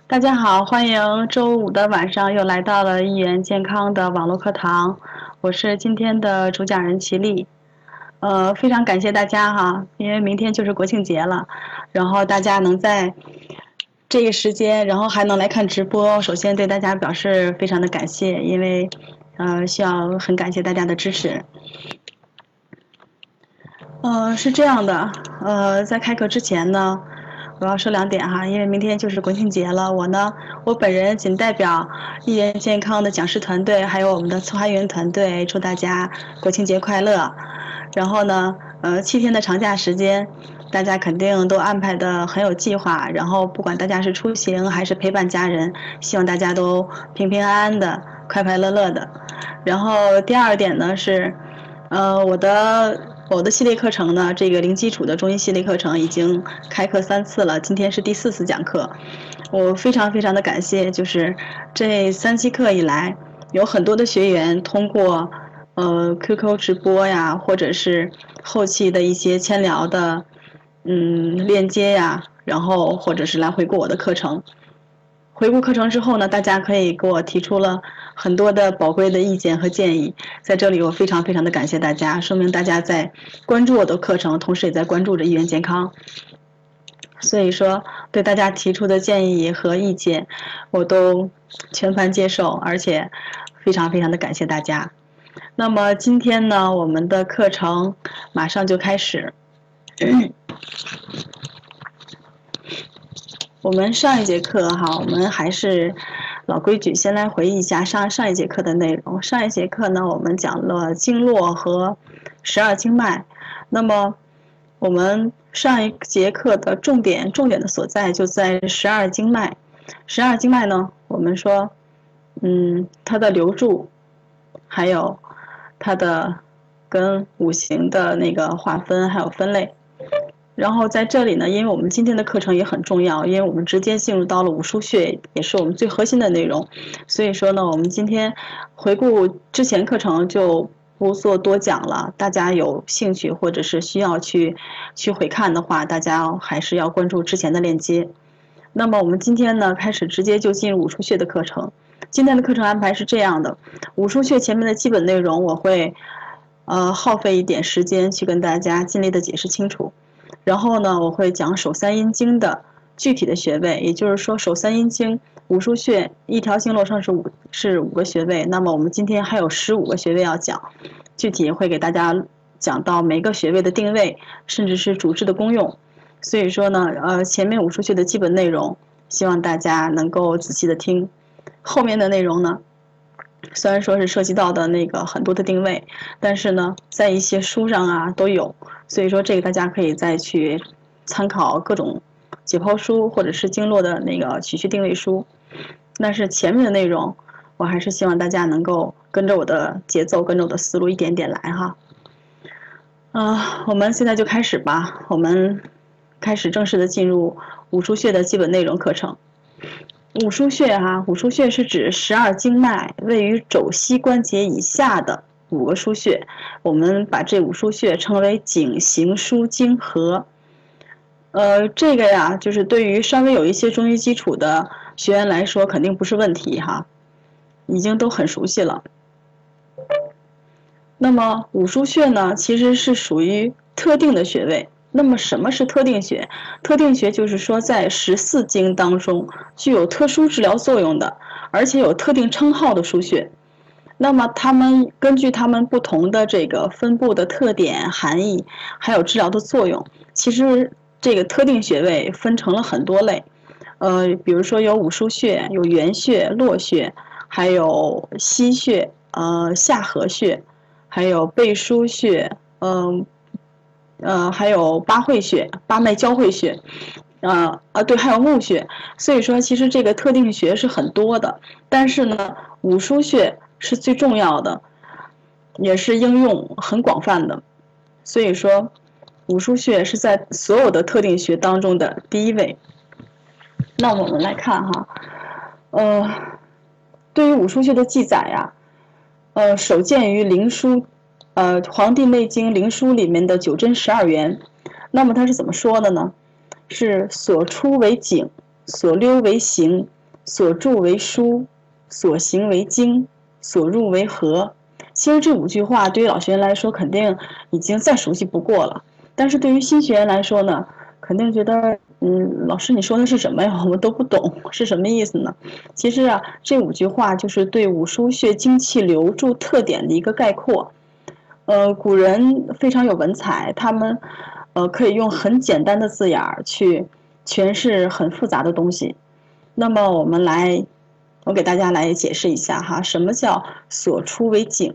大家好，欢迎周五的晚上又来到了一元健康的网络课堂，我是今天的主讲人齐丽。非常感谢大家哈，因为明天就是国庆节了，然后大家能在这个时间，然后还能来看直播，首先对大家表示非常的感谢，因为需要很感谢大家的支持。是这样的，在开课之前呢，我要说两点哈，因为明天就是国庆节了，我本人仅代表一元健康的讲师团队，还有我们的策划员团队，祝大家国庆节快乐。然后呢，7天的长假时间，大家肯定都安排的很有计划，然后不管大家是出行还是陪伴家人，希望大家都平平安安的、快快乐乐的。然后第二点呢是，我的系列课程呢，这个零基础的中医系列课程已经开课3次了，今天是第4次讲课。我非常非常的感谢，就是这3期课以来，有很多的学员通过QQ 直播呀，或者是后期的一些签聊的链接呀，然后或者是来回顾我的课程。回顾课程之后呢，大家可以给我提出了很多的宝贵的意见和建议，在这里我非常非常的感谢大家，说明大家在关注我的课程，同时也在关注着一元健康。所以说，对大家提出的建议和意见，我都全盘接受，而且非常非常的感谢大家。那么今天呢，我们的课程马上就开始。我们上一节课哈，我们还是老规矩，先来回忆一下上一节课的内容。上一节课呢，我们讲了经络和12经脉。那么我们上一节课的重点的所在就在12经脉。12经脉呢，我们说，它的流注，还有它的跟五行的那个划分还有分类。然后在这里呢，因为我们今天的课程也很重要，因为我们直接进入到了五腧穴，也是我们最核心的内容。所以说呢，我们今天回顾之前课程就不做多讲了。大家有兴趣或者是需要去回看的话，大家还是要关注之前的链接。那么我们今天呢，开始直接就进入五腧穴的课程。今天的课程安排是这样的：五腧穴前面的基本内容我会耗费一点时间去跟大家尽力的解释清楚。然后呢，我会讲手三阴经的具体的穴位，也就是说手三阴经五腧穴一条经络上是5个穴位，那么我们今天还有15个穴位要讲，具体会给大家讲到每个穴位的定位，甚至是主治的功用。所以说呢，前面五腧穴的基本内容，希望大家能够仔细的听。后面的内容呢，虽然说是涉及到的那个很多的定位，但是呢，在一些书上啊都有，所以说这个大家可以再去参考各种解剖书或者是经络的那个取穴定位书。但是前面的内容，我还是希望大家能够跟着我的节奏，跟着我的思路一点点来哈。我们现在就开始吧，我们开始正式的进入五腧穴的基本内容课程。五腧穴五腧穴是指12经脉位于肘膝关节以下的5个腧穴，我们把这5腧穴称为颈行枢经合。这个呀，就是对于稍微有一些中医基础的学员来说，肯定不是问题哈，已经都很熟悉了。那么五腧穴呢，其实是属于特定的穴位。那么什么是特定穴？特定穴就是说在14经当中具有特殊治疗作用的，而且有特定称号的腧穴。那么它们根据它们不同的这个分布的特点、含义，还有治疗的作用，其实这个特定穴位分成了很多类。比如说有五腧穴、有原穴、络穴，还有溪穴、下颌穴，还有背腧穴，还有八会穴、八脉交汇穴，对，还有募穴。所以说，其实这个特定穴是很多的，但是呢，五腧穴是最重要的，也是应用很广泛的。所以说，五腧穴是在所有的特定穴当中的第一位。那我们来看哈，对于五腧穴的记载呀，首见于灵枢，《黄帝内经·灵枢》里面的9针12元。那么它是怎么说的呢？是所出为颈， 所溜为形，所著为书，所行为经，所入为合。其实这5句话对于老学员来说肯定已经再熟悉不过了，但是对于新学员来说呢，肯定觉得老师你说的是什么呀？我们都不懂是什么意思呢？其实啊，这5句话就是对五腧穴精气流注特点的一个概括。古人非常有文采，他们可以用很简单的字眼儿去诠释很复杂的东西。那么我给大家来解释一下哈，什么叫所出为景？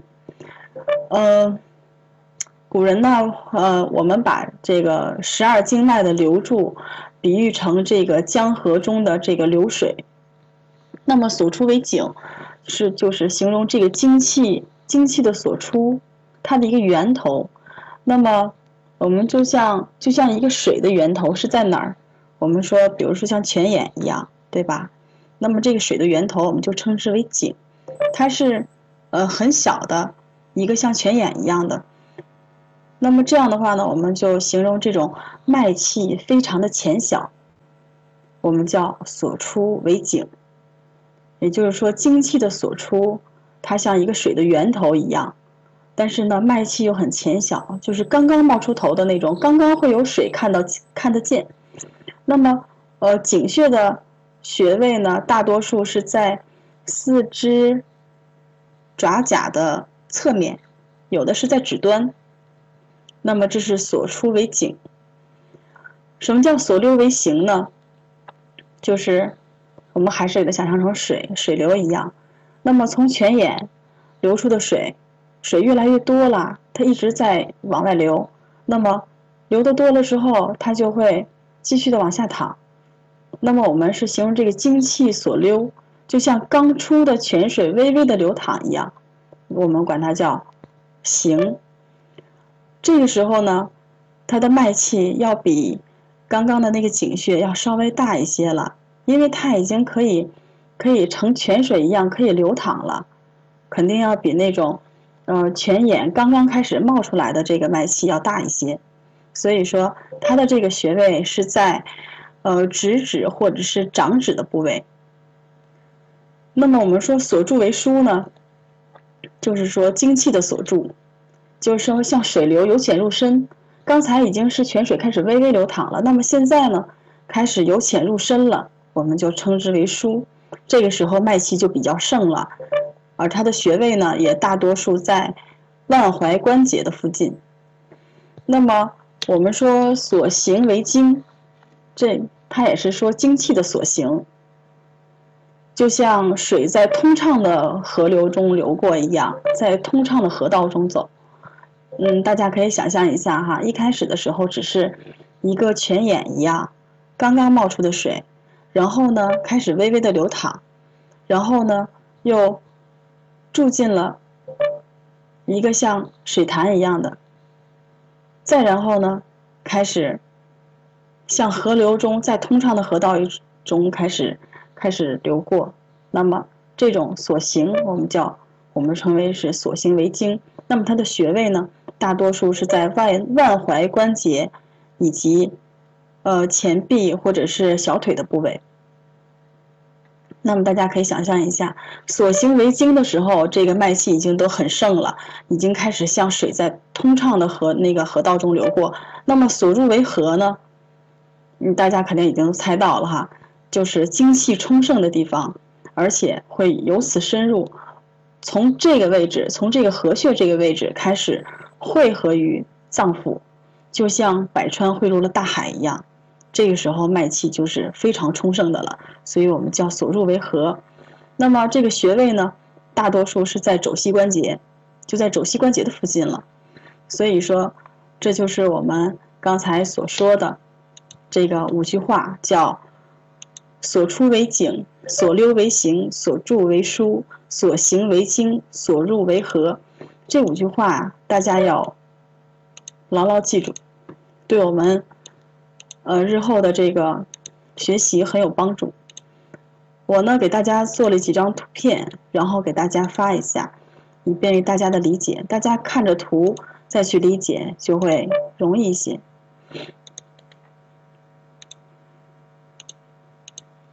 古人呢，我们把这个12经脉的流注比喻成这个江河中的这个流水。那么所出为景，就是形容这个精气的所出，它的一个源头。那么我们就像一个水的源头是在哪儿？我们说，比如说像泉眼一样，对吧？那么这个水的源头我们就称之为井，它是很小的一个像泉眼一样的。那么这样的话呢，我们就形容这种脉气非常的浅小，我们叫所出为井。也就是说，精气的所出，它像一个水的源头一样，但是呢，脉气又很浅小，就是刚刚冒出头的那种，刚刚会有水看得见。那么，井穴的穴位呢，大多数是在四肢爪甲的侧面，有的是在指端。那么这是所出为井。什么叫所溜为形呢？就是我们还是给它想象成水流一样。那么从泉眼流出的水越来越多了，它一直在往外流。那么流得多了之后，它就会继续的往下淌。那么我们是形容这个精气所溜，就像刚出的泉水微微的流淌一样，我们管它叫形。这个时候呢，它的脉气要比刚刚的那个井穴要稍微大一些了，因为它已经可以成泉水一样可以流淌了，肯定要比那种泉眼刚刚开始冒出来的这个脉气要大一些。所以说它的这个穴位是在直指或者是掌指的部位。那么我们说所注为枢呢，就是说精气的所注，就是说像水流由浅入深，刚才已经是泉水开始微微流淌了，那么现在呢开始由浅入深了，我们就称之为枢。这个时候脉气就比较盛了，而它的穴位呢也大多数在腕踝关节的附近。那么我们说所行为经，它也是说精气的所行，就像水在通畅的河流中流过一样，在通畅的河道中走。大家可以想象一下哈，一开始的时候只是一个泉眼一样，刚刚冒出的水，然后呢开始微微的流淌，然后呢又注进了一个像水潭一样的，再然后呢开始像河流中在通畅的河道中开始流过。那么这种所行我们称为是所行为经。那么它的穴位呢，大多数是在腕踝关节以及前臂或者是小腿的部位。那么大家可以想象一下，所行为经的时候，这个脉气已经都很盛了，已经开始像水在通畅的河道中流过。那么所入为合呢，大家肯定已经猜到了哈，就是精气充盛的地方，而且会由此深入，从这个位置，从这个合穴这个位置开始汇合于脏腑，就像百川汇入了大海一样。这个时候脉气就是非常充盛的了，所以我们叫所入为合。那么这个穴位呢，大多数是在肘膝关节，就在肘膝关节的附近了。所以说，这就是我们刚才所说的这个5句话，叫所出为景，所溜为形，所注为枢，所行为经，所入为合。这5句话大家要牢牢记住，对我们日后的这个学习很有帮助。我呢给大家做了几张图片，然后给大家发一下，以便于大家的理解。大家看着图再去理解，就会容易一些。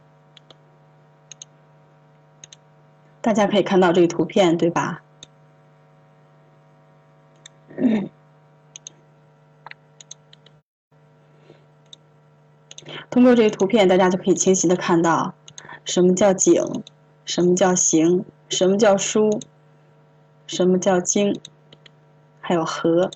大家可以看到这个图片，对吧？通过这个图片，大家就可以清晰的看到什么叫景，什么叫形，什么叫疏，什么叫经，还有和。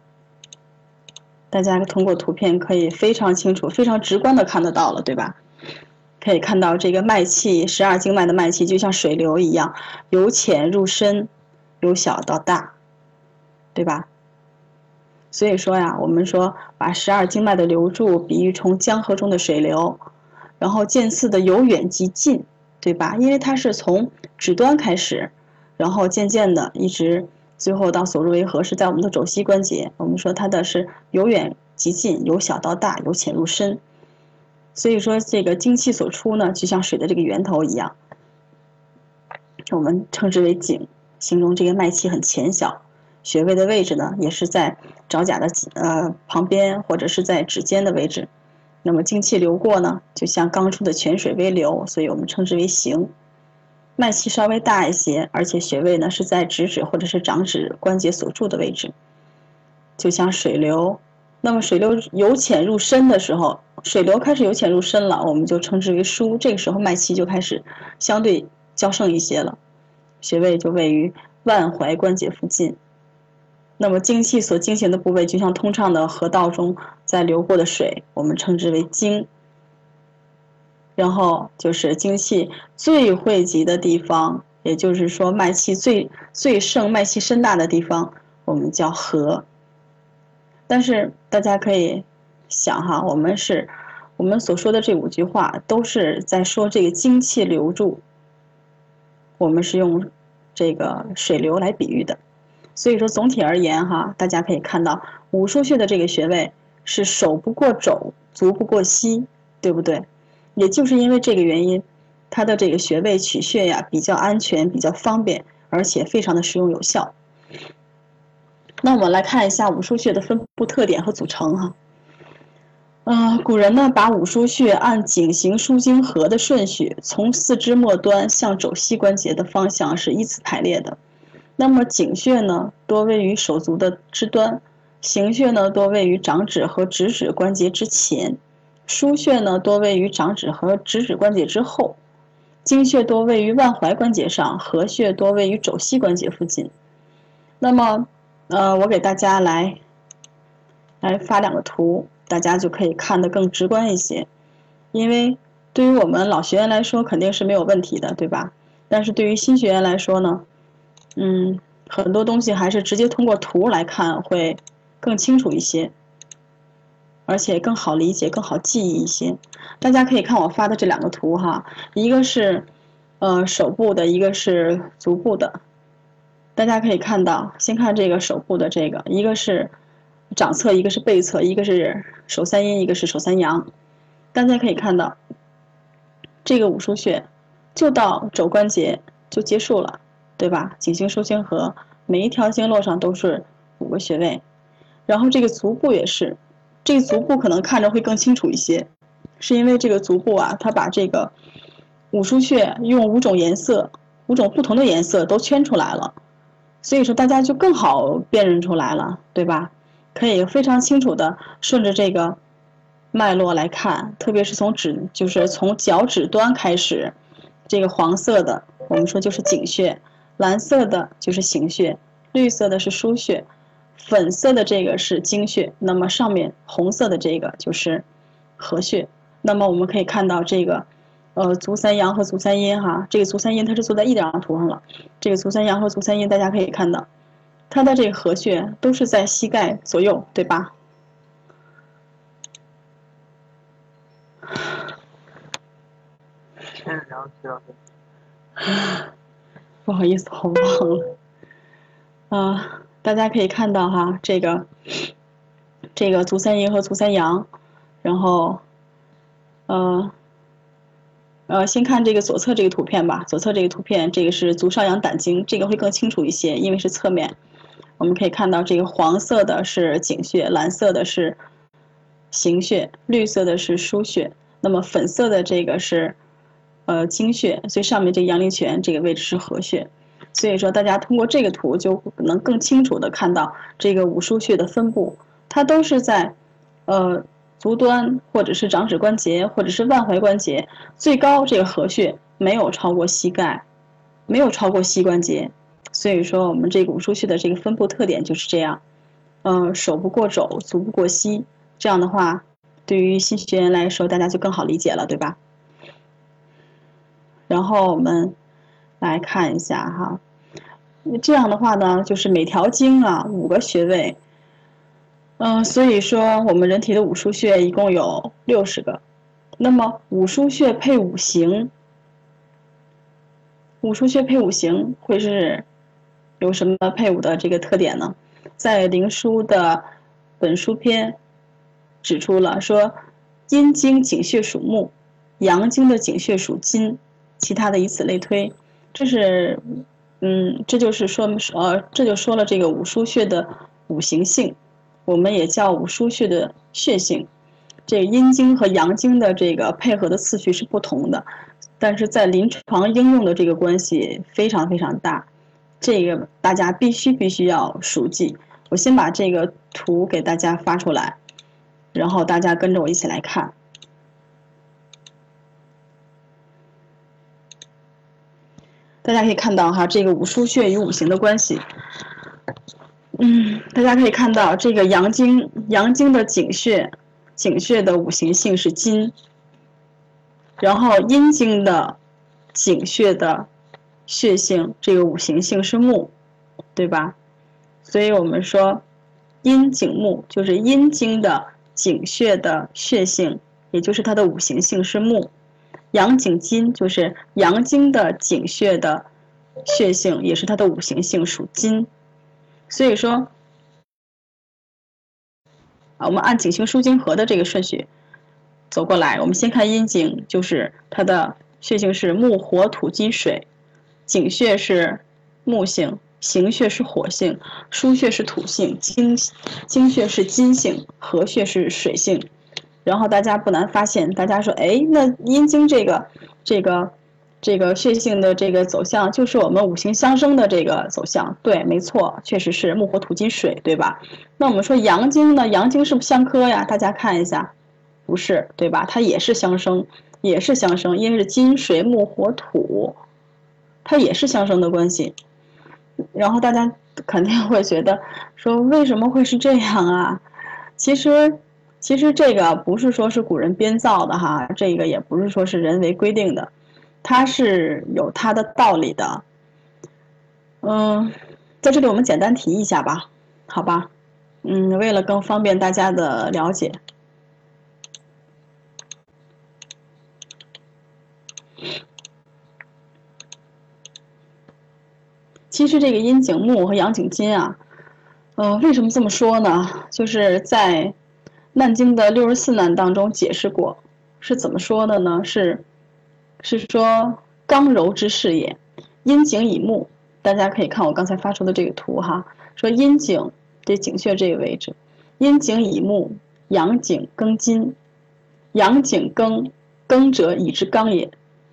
大家通过图片可以非常清楚、非常直观的看得到了，对吧？可以看到这个脉气，12经脉的脉气就像水流一样，由浅入深，由小到大，对吧？所以说呀，我们说把12经脉的流注比喻成江河中的水流，然后渐次的由远及近，对吧？因为它是从指端开始，然后渐渐的一直最后到所入为合，是在我们的肘膝关节。我们说它的是由远及近，由小到大，由浅入深。所以说这个精气所出呢，就像水的这个源头一样，我们称之为井，形容这个脉气很浅小。穴位的位置呢，也是在爪甲的旁边，或者是在指尖的位置。那么精气流过呢，就像刚出的泉水微流，所以我们称之为行。脉气稍微大一些，而且穴位呢是在直指或者是掌指关节所住的位置，就像水流。那么水流由浅入深的时候，水流开始由浅入深了，我们就称之为疏，这个时候脉气就开始相对较盛一些了，穴位就位于腕踝关节附近。那么精气所经行的部位，就像通畅的河道中在流过的水，我们称之为经。然后就是精气最汇集的地方，也就是说脉气最盛、脉气深大的地方，我们叫和。但是大家可以想哈，我们所说的这5句话都是在说这个精气流注，我们是用这个水流来比喻的。所以说总体而言哈，大家可以看到五腧穴的这个穴位是手不过肘，足不过膝，对不对？也就是因为这个原因，它的这个穴位取穴呀比较安全，比较方便，而且非常的实用有效。那我们来看一下五腧穴的分布特点和组成哈。古人呢把五腧穴按颈行枢经合的顺序，从四肢末端向肘膝关节的方向是依次排列的。那么颈穴呢多位于手足的肢端，行穴呢多位于掌指和指指关节之前，腧穴呢多位于掌指和指指关节之后，经穴多位于腕踝关节上，合穴多位于肘膝关节附近。那么我给大家来发2个图，大家就可以看得更直观一些。因为对于我们老学员来说肯定是没有问题的，对吧？但是对于新学员来说呢，很多东西还是直接通过图来看会更清楚一些，而且更好理解、更好记忆一些。大家可以看我发的这2个图哈，一个是手部的，一个是足部的。大家可以看到，先看这个手部的这个，一个是掌侧，一个是背侧，一个是手三阴，一个是手三阳。大家可以看到，这个五腧穴就到肘关节就结束了，对吧？颈行枢经合，每一条经络上都是5个穴位。然后这个足部也是，这个足部可能看着会更清楚一些，是因为这个足部啊，它把这个五腧穴用5种颜色、5种不同的颜色都圈出来了。所以说大家就更好辨认出来了，对吧？可以非常清楚的顺着这个脉络来看，特别是从脚趾端开始，这个黄色的我们说就是颈穴，蓝色的就是行穴，绿色的是腧穴，粉色的这个是经穴，那么上面红色的这个就是合穴。那么我们可以看到这个足三阳和足三阴哈，这个足三阴它是坐在一张图上了，这个足三阳和足三阴大家可以看到，它的这个合穴都是在膝盖左右，对吧？不好意思，我忘了。大家可以看到哈，这个足三阴和足三阳，然后先看这个左侧这个图片吧。左侧这个图片，这个是足上阳胆经，这个会更清楚一些，因为是侧面。我们可以看到，这个黄色的是颈穴，蓝色的是行穴，绿色的是腧穴。那么粉色的这个是经穴，所以上面这个阳陵泉这个位置是合穴。所以说大家通过这个图就能更清楚的看到这个五腧穴的分布，它都是在足端或者是掌指关节或者是腕踝关节最高这个合穴没有超过膝盖，没有超过膝关节。所以说我们这个五腧穴的这个分布特点就是这样，手不过肘，足不过膝，这样的话对于新学员来说大家就更好理解了，对吧？然后我们来看一下哈，这样的话呢，就是每条经啊5个穴位，所以说我们人体的五腧穴一共有60个。那么五腧穴配五行，五腧穴配五行会是有什么配伍的这个特点呢？在灵枢的本书篇指出了说，阴经井穴属木，阳经的井穴属金，其他的以此类推。这是这就说了这个五腧穴的五行性，我们也叫五腧穴的穴性。这个阴经和阳经的这个配合的次序是不同的，但是在临床应用的这个关系非常非常大，这个大家必须要熟记。我先把这个图给大家发出来，然后大家跟着我一起来看。大家可以看到哈，这个五腧穴与五行的关系。大家可以看到这个阳经的井穴的五行性是金，然后阴经的井穴的穴性，这个五行性是木，对吧？所以我们说阴井木，就是阴经的井穴的穴性，也就是它的五行性是木。阳井金就是阳经的井穴的穴性，也是它的五行性属金。所以说我们按井星输经合的这个顺序走过来，我们先看阴经，就是它的穴性是木火土金水，井穴是木性，行穴是火性，腧穴是土性，经穴是金性，合穴是水性。然后大家不难发现，大家说，哎，那阴经这个穴性的这个走向，就是我们五行相生的这个走向。对，没错，确实是木火土金水，对吧？那我们说阳经呢？阳经是不是相克呀？大家看一下，不是，对吧？它也是相生，因为是金水木火土，它也是相生的关系。然后大家肯定会觉得说，为什么会是这样啊？其实这个不是说是古人编造的哈，这个也不是说是人为规定的，它是有它的道理的。在这里我们简单提一下吧，好吧？为了更方便大家的了解。其实这个阴井木和阳井金啊，为什么这么说呢？就是在难经的64难当中解释过，是怎么说的呢？是说刚柔之势也，阴井以木。大家可以看我刚才发出的这个图哈，说阴井这井穴这个位置，阴井以木，阳井庚金，阳井庚者以之刚也，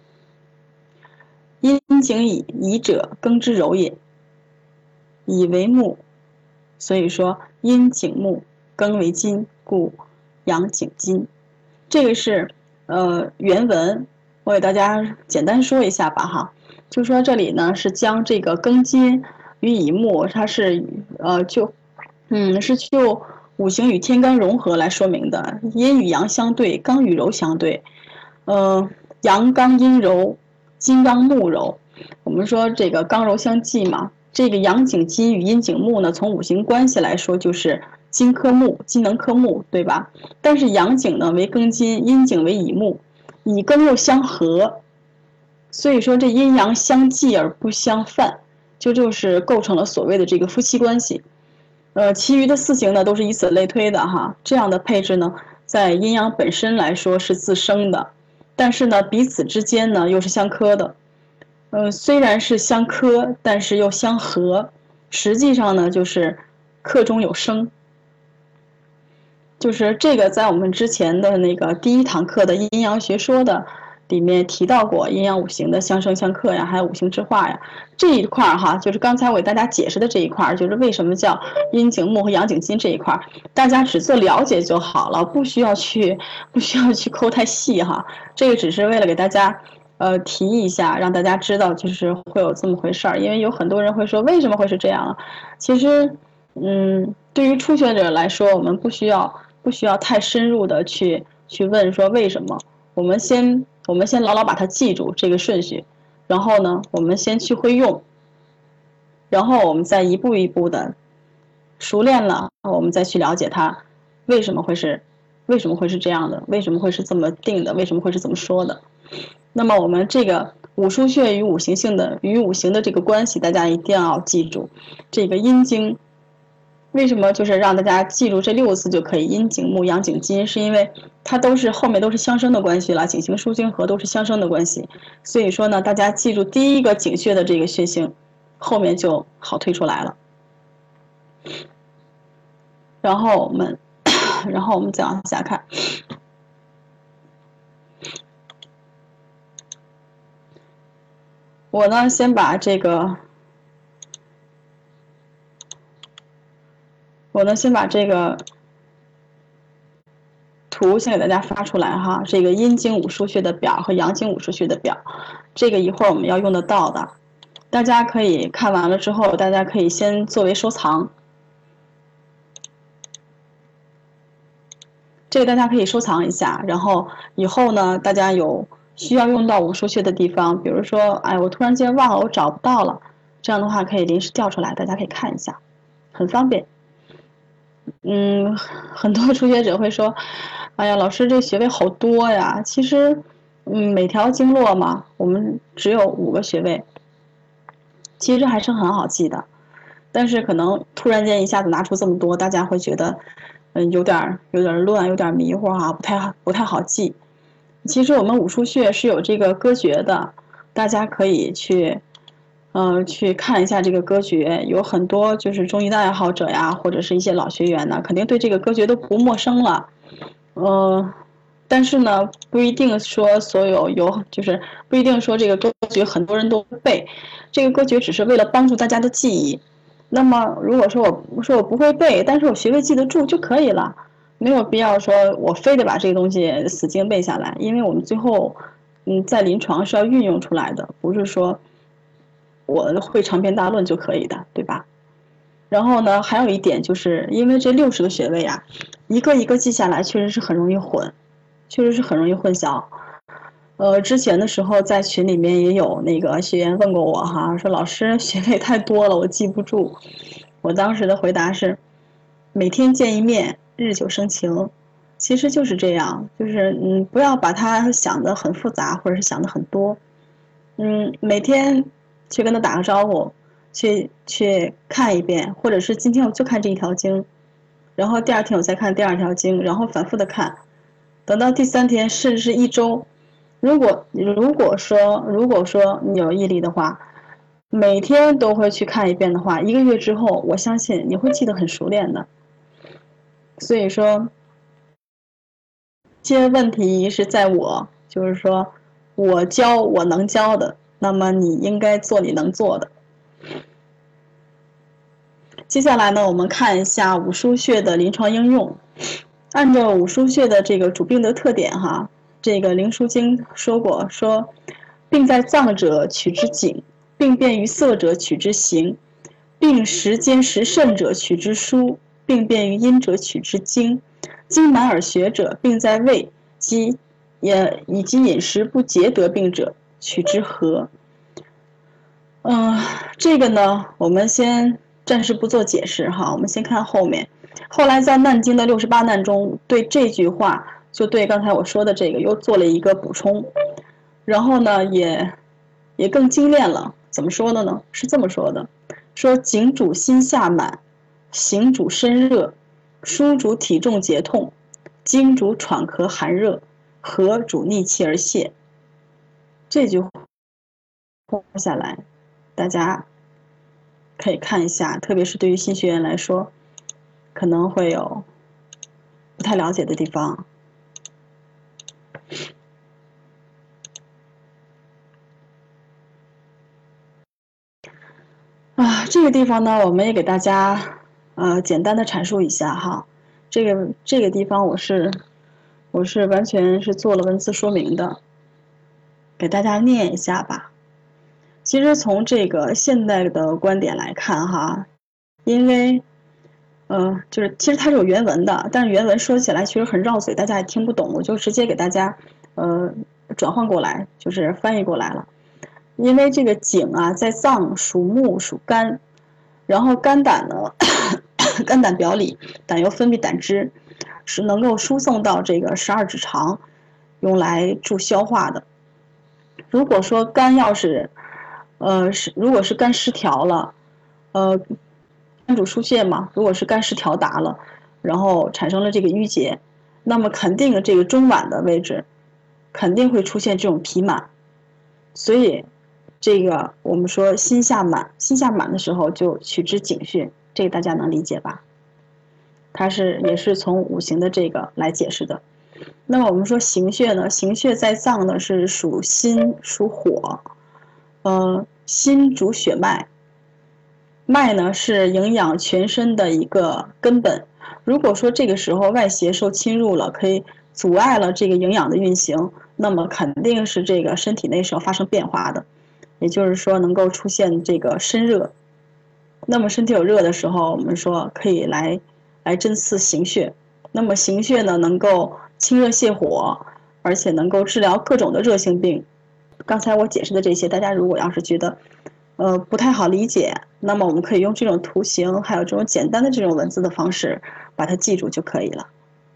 阴井以者庚之柔也，以为木，所以说阴井木，庚为金，故阳井金。这个是原文，我给大家简单说一下吧哈。就说这里呢是将这个庚金与乙木，它是就五行与天干融合来说明的，阴与阳相对，刚与柔相对，阳刚阴柔，金刚木柔。我们说这个刚柔相济嘛，这个阳井金与阴井木呢，从五行关系来说就是金克木，金能克木，对吧？但是阳井呢为庚金，阴井为乙木，乙庚又相合，所以说这阴阳相济而不相犯，就是构成了所谓的这个夫妻关系。其余的4行呢都是以此类推的哈。这样的配置呢，在阴阳本身来说是自生的，但是呢彼此之间呢又是相克的。虽然是相克，但是又相合，实际上呢就是克中有生。就是这个在我们之前的那个第1堂课的阴阳学说的里面提到过阴阳五行的相生相克呀，还有五行之化呀，这一块儿哈，就是刚才我给大家解释的这一块儿，就是为什么叫阴景木和阳景金这一块儿，大家只做了解就好了，不需要去抠太细哈。这个只是为了给大家提一下，让大家知道就是会有这么回事儿。因为有很多人会说为什么会是这样啊？其实，对于初学者来说，我们不需要太深入的去问说为什么。我们先牢牢把它记住这个顺序，然后呢，我们先去会用，然后我们再一步一步的熟练了，我们再去了解它为什么会是这样的，为什么会是这么定的，为什么会是这么说的。那么我们这个五腧穴与五行的这个关系，大家一定要记住。这个阴经为什么就是让大家记住这6个字就可以？阴景木，阳景金，是因为它后面都是相生的关系了，景行、疏经、合都是相生的关系。所以说呢，大家记住第一个景穴的这个穴型，后面就好推出来了。然后我们再往下看。我呢，先把这个图先给大家发出来哈，这个阴经五腧穴的表和阳经五腧穴的表，这个一会儿我们要用得到的，大家可以看完了之后，大家可以先作为收藏，这个大家可以收藏一下，然后以后呢，大家有需要用到五腧穴的地方，比如说，哎，我突然间忘了，我找不到了，这样的话可以临时调出来，大家可以看一下，很方便。很多初学者会说，哎呀，老师这穴位好多呀。其实，每条经络嘛，我们只有5个穴位，其实还是很好记的。但是可能突然间一下子拿出这么多，大家会觉得，有点乱，有点迷糊哈，不太好记。其实我们五腧穴是有这个歌诀的，大家可以去看一下这个歌诀，有很多就是中医的爱好者呀，或者是一些老学员呢，肯定对这个歌诀都不陌生了。但是呢，不一定说就是不一定说这个歌诀很多人都背，这个歌诀只是为了帮助大家的记忆。那么如果说我不会背，但是我穴位记得住就可以了，没有必要说我非得把这个东西死记背下来，因为我们最后在临床是要运用出来的，不是说我会长篇大论就可以的，对吧？然后呢，还有一点就是因为这60个穴位啊，一个一个记下来确实是很容易混淆。之前的时候在群里面也有那个学员问过我哈，说老师穴位太多了，我记不住。我当时的回答是，每天见一面，日久生情。其实就是这样，就是不要把它想得很复杂，或者是想得很多。每天去跟他打个招呼，去看一遍，或者是今天我就看这一条经，然后第2天我再看第2条经，然后反复的看，等到第3天甚至是1周。如果说你有毅力的话，每天都会去看一遍的话，1个月之后，我相信你会记得很熟练的。所以说，这些问题是在我，就是说我教我能教的，那么你应该做你能做的。接下来呢，我们看一下五腧穴的临床应用。按照五腧穴的这个主病的特点哈，这个《灵枢经》说过，说病在脏者取之景，病变于色者取之形，病时间时肾者取之枢，病变于阴者取之经，经满而血者，病在胃以及饮食不节得病者取之和。这个呢，我们先暂时不做解释哈，我们先看后面。后来在《难经》的68难中，对这句话就对刚才我说的这个又做了一个补充，然后呢也更精炼了。怎么说的呢？是这么说的：说景主心下满，形主身热，枢主体重结痛，经主喘咳寒热，和主逆气而泄。这句话下来，大家可以看一下，特别是对于新学员来说，可能会有不太了解的地方。 这个地方呢，我们也给大家简单的阐述一下哈。这个地方我是完全是做了文字说明的，给大家念一下吧。其实从这个现代的观点来看哈，因为就是其实它是有原文的，但是原文说起来其实很绕嘴，大家也听不懂，我就直接给大家转换过来，就是翻译过来了。因为这个井啊，在脏属木属肝，然后肝胆呢，肝胆表里，胆油分泌胆汁，是能够输送到这个12指肠，用来助消化的。如果说肝要是如果是肝失调了，肝主疏泄嘛，如果是肝失调达了，然后产生了这个淤结，那么肯定这个中脘的位置肯定会出现这种脾满，所以这个我们说心下满的时候就取之井穴，这个大家能理解吧？它也是从五行的这个来解释的。那么我们说行穴呢，行穴在脏呢是属心属火，心主血脉，脉呢是营养全身的一个根本。如果说这个时候外邪受侵入了，可以阻碍了这个营养的运行，那么肯定是这个身体内是要发生变化的，也就是说能够出现这个身热。那么身体有热的时候，我们说可以来针刺行穴。那么行穴呢，能够清热泻火，而且能够治疗各种的热性病。刚才我解释的这些，大家如果要是觉得不太好理解，那么我们可以用这种图形，还有这种简单的这种文字的方式，把它记住就可以了。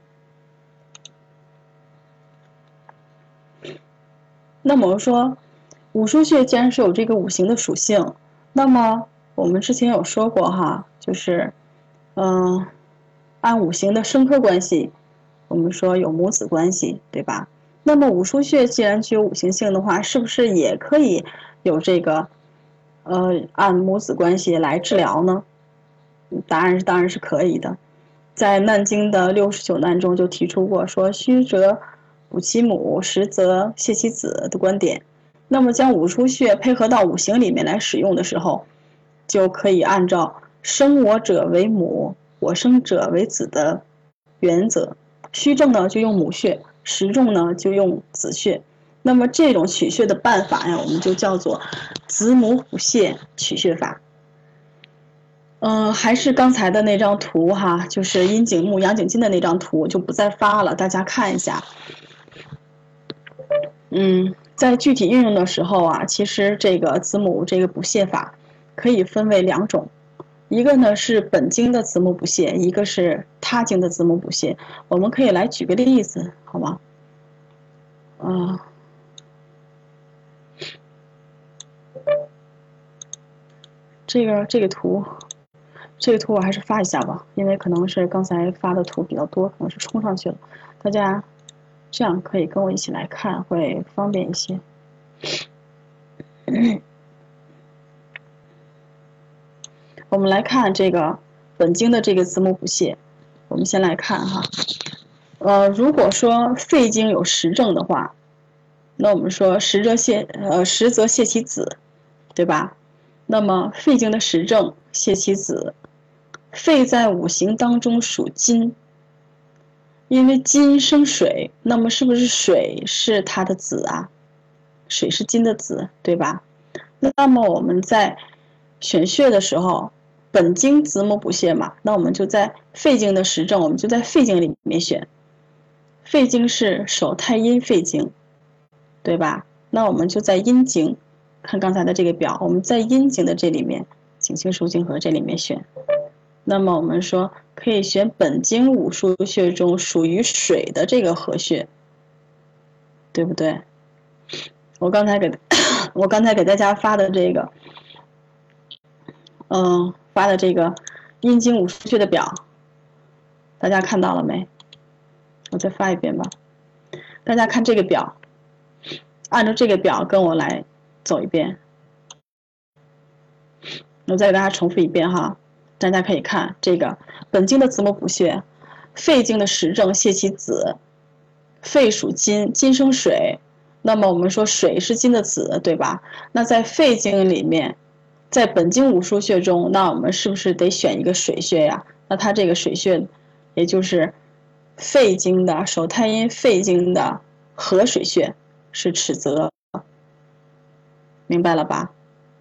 那么我们说，五腧穴既然是有这个五行的属性，那么我们之前有说过哈，就是按五行的生克关系，我们说有母子关系，对吧？那么五腧穴既然具有五行性的话，是不是也可以有这个按母子关系来治疗呢？答案是当然是可以的。在《难经》的69难中就提出过说虚则补其母，实则泻其子的观点。那么将五腧穴配合到五行里面来使用的时候，就可以按照生我者为母，我生者为子的原则。虚症呢就用母穴，实重呢就用子穴。那么这种取穴的办法呀，我们就叫做子母补泻取穴法。还是刚才的那张图哈，就是阴井木阳井金的那张图，就不再发了，大家看一下。在具体运用的时候啊，其实这个子母这个补泻法可以分为2种，一个呢是本经的子母补泻，一个是他经的子母补泻。我们可以来举个例子，好吗？这个图我还是发一下吧，因为可能是刚才发的图比较多，可能是冲上去了，大家这样可以跟我一起来看，会方便一些。我们来看这个本经的这个子母补泻，我们先来看哈。如果说肺经有实症的话，那我们说实则泻其子，对吧？那么肺经的实症泻其子，肺在五行当中属金，因为金生水，那么是不是水是它的子啊？水是金的子，对吧？那么我们在选穴的时候，本经子母补泻嘛，那我们就在肺经的实症，我们就在肺经里面选。肺经是手太阴肺经，对吧？那我们就在阴经，看刚才的这个表，我们在阴经的这里面，井经、输经和这里面选。那么我们说可以选本经五腧穴中属于水的这个合穴，对不对？我刚才给大家发的这个，发的这个阴经五腧穴的表，大家看到了没？我再发一遍吧。大家看这个表，按照这个表跟我来走一遍。我再给大家重复一遍哈，大家可以看这个本经的子母补穴，肺经的实症泻其子，肺属金，金生水，那么我们说水是金的子，对吧？那在肺经里面， 在本经五腧穴中，那我们是不是得选一个水穴呀？那它这个水穴，也就是肺经的手太阴肺经的合水穴是尺泽，明白了吧？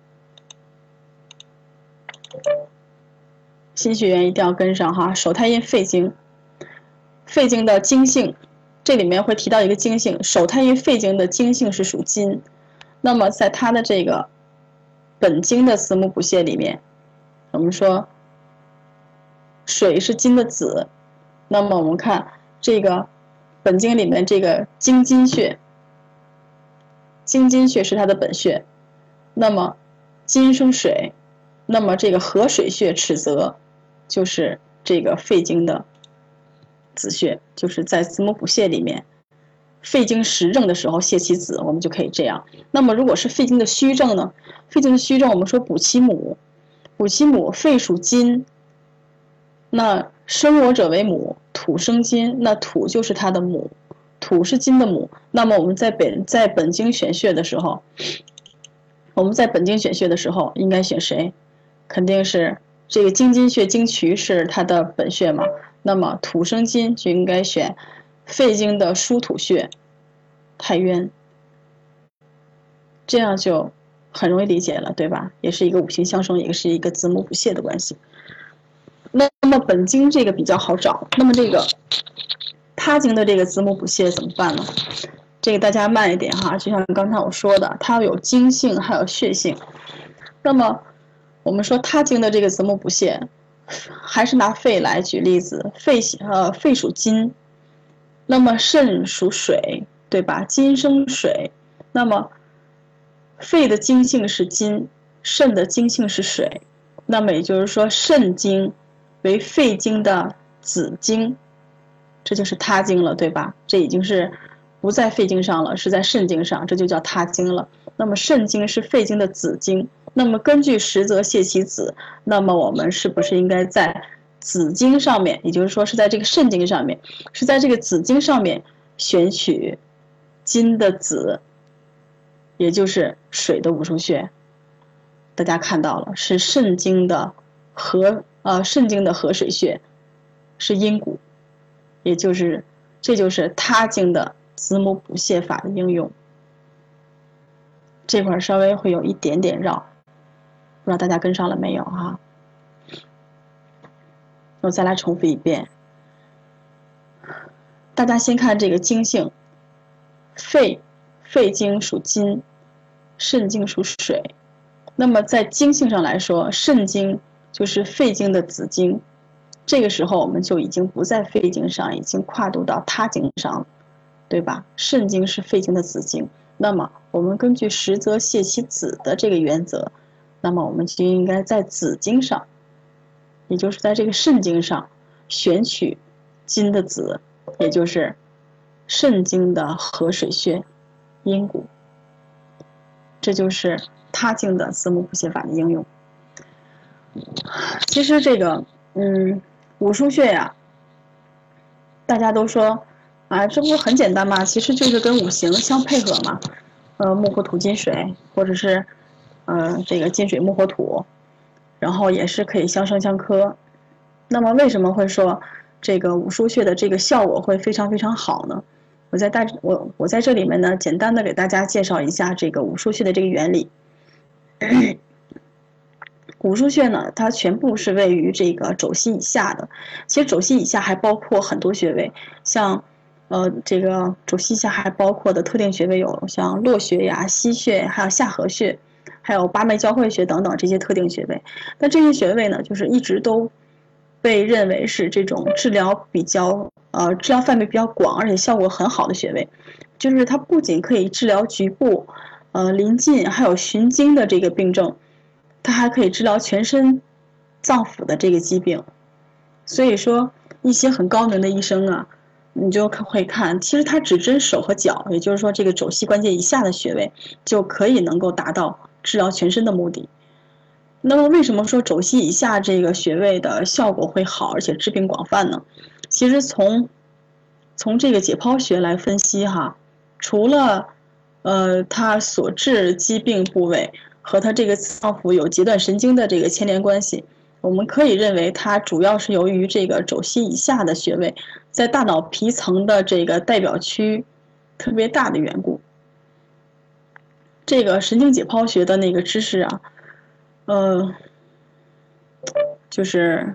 新学员一定要跟上哈，手太阴肺经，肺经的经性，这里面会提到一个经性，手太阴肺经的经性是属金，那么在它的这个本经的子母补穴里面，我们说水是金的子，那么我们看这个本经里面这个经津穴，经津穴是它的本穴，那么金生水，那么这个合水穴尺泽就是这个肺经的子穴，就是在子母补穴里面，肺经实症的时候泄其子，我们就可以这样。那么如果是肺经的虚症呢？肺经的虚症，我们说补其母，补其母，肺属金，那生我者为母，土生金，那土就是它的母，土是金的母。那么我们在本经选穴的时候，应该选谁？肯定是这个经津穴、经渠是它的本穴嘛。那么土生金就应该选肺经的疏土穴太渊，这样就很容易理解了，对吧？也是一个五行相生，也是一个子母补穴的关系。那么本经这个比较好找，那么这个他经的这个子母补穴怎么办呢？这个大家慢一点哈，就像刚才我说的，它有经性还有血性。那么我们说他经的这个子母补穴，还是拿肺来举例子，肺属金，那么肾属水，对吧？金生水，那么肺的经性是金，肾的经性是水，那么也就是说肾经为肺经的子经，这就是他经了，对吧？这已经是不在肺经上了，是在肾经上，这就叫他经了。那么肾经是肺经的子经，那么根据实则泄其子，那么我们是不是应该在子经上面，也就是说是在这个肾经上面，是在这个子经上面选取金的子，也就是水的五腧穴。大家看到了，是肾经的合水穴，是阴谷，也就是这就是他经的子母补泻法的应用。这块稍微会有一点点绕，不知道大家跟上了没有哈？我再来重复一遍，大家先看这个经性，肺经属金，肾经属水。那么在经性上来说，肾经就是肺经的子经，这个时候我们就已经不在肺经上，已经跨度到他经上了，对吧？肾经是肺经的子经，那么我们根据实则泄其子的这个原则，那么我们就应该在子经上，也就是在这个肾经上选取金的子，也就是肾经的合水穴阴谷，这就是他经的子母补泻法的应用。其实这个五腧穴呀，大家都说啊，这不是很简单吗？其实就是跟五行相配合嘛，木火土金水，或者是这个金水木火土，然后也是可以相生相克。那么为什么会说这个五腧穴的这个效果会非常非常好呢？我在这里面呢，简单的给大家介绍一下这个五腧穴的这个原理。五腧穴呢，它全部是位于这个肘膝以下的。其实肘膝以下还包括很多穴位，像这个肘膝下还包括的特定穴位有像络穴呀、溪穴，还有下颌穴，还有八脉交汇穴等等这些特定穴位。但这些穴位呢，就是一直都被认为是这种治疗范围比较广，而且效果很好的穴位。就是它不仅可以治疗局部、临近还有循经的这个病症，它还可以治疗全身脏腑的这个疾病。所以说，一些很高明的医生啊，你就会看，其实他只针手和脚，也就是说这个肘膝关节以下的穴位，就可以能够达到治疗全身的目的。那么为什么说肘膝以下这个穴位的效果会好，而且治病广泛呢？其实从这个解剖学来分析哈，除了它所治疾病部位和它这个脏腑有节段神经的这个牵连关系。我们可以认为它主要是由于这个肘膝以下的穴位在大脑皮层的这个代表区特别大的缘故。这个神经解剖学的那个知识啊，就是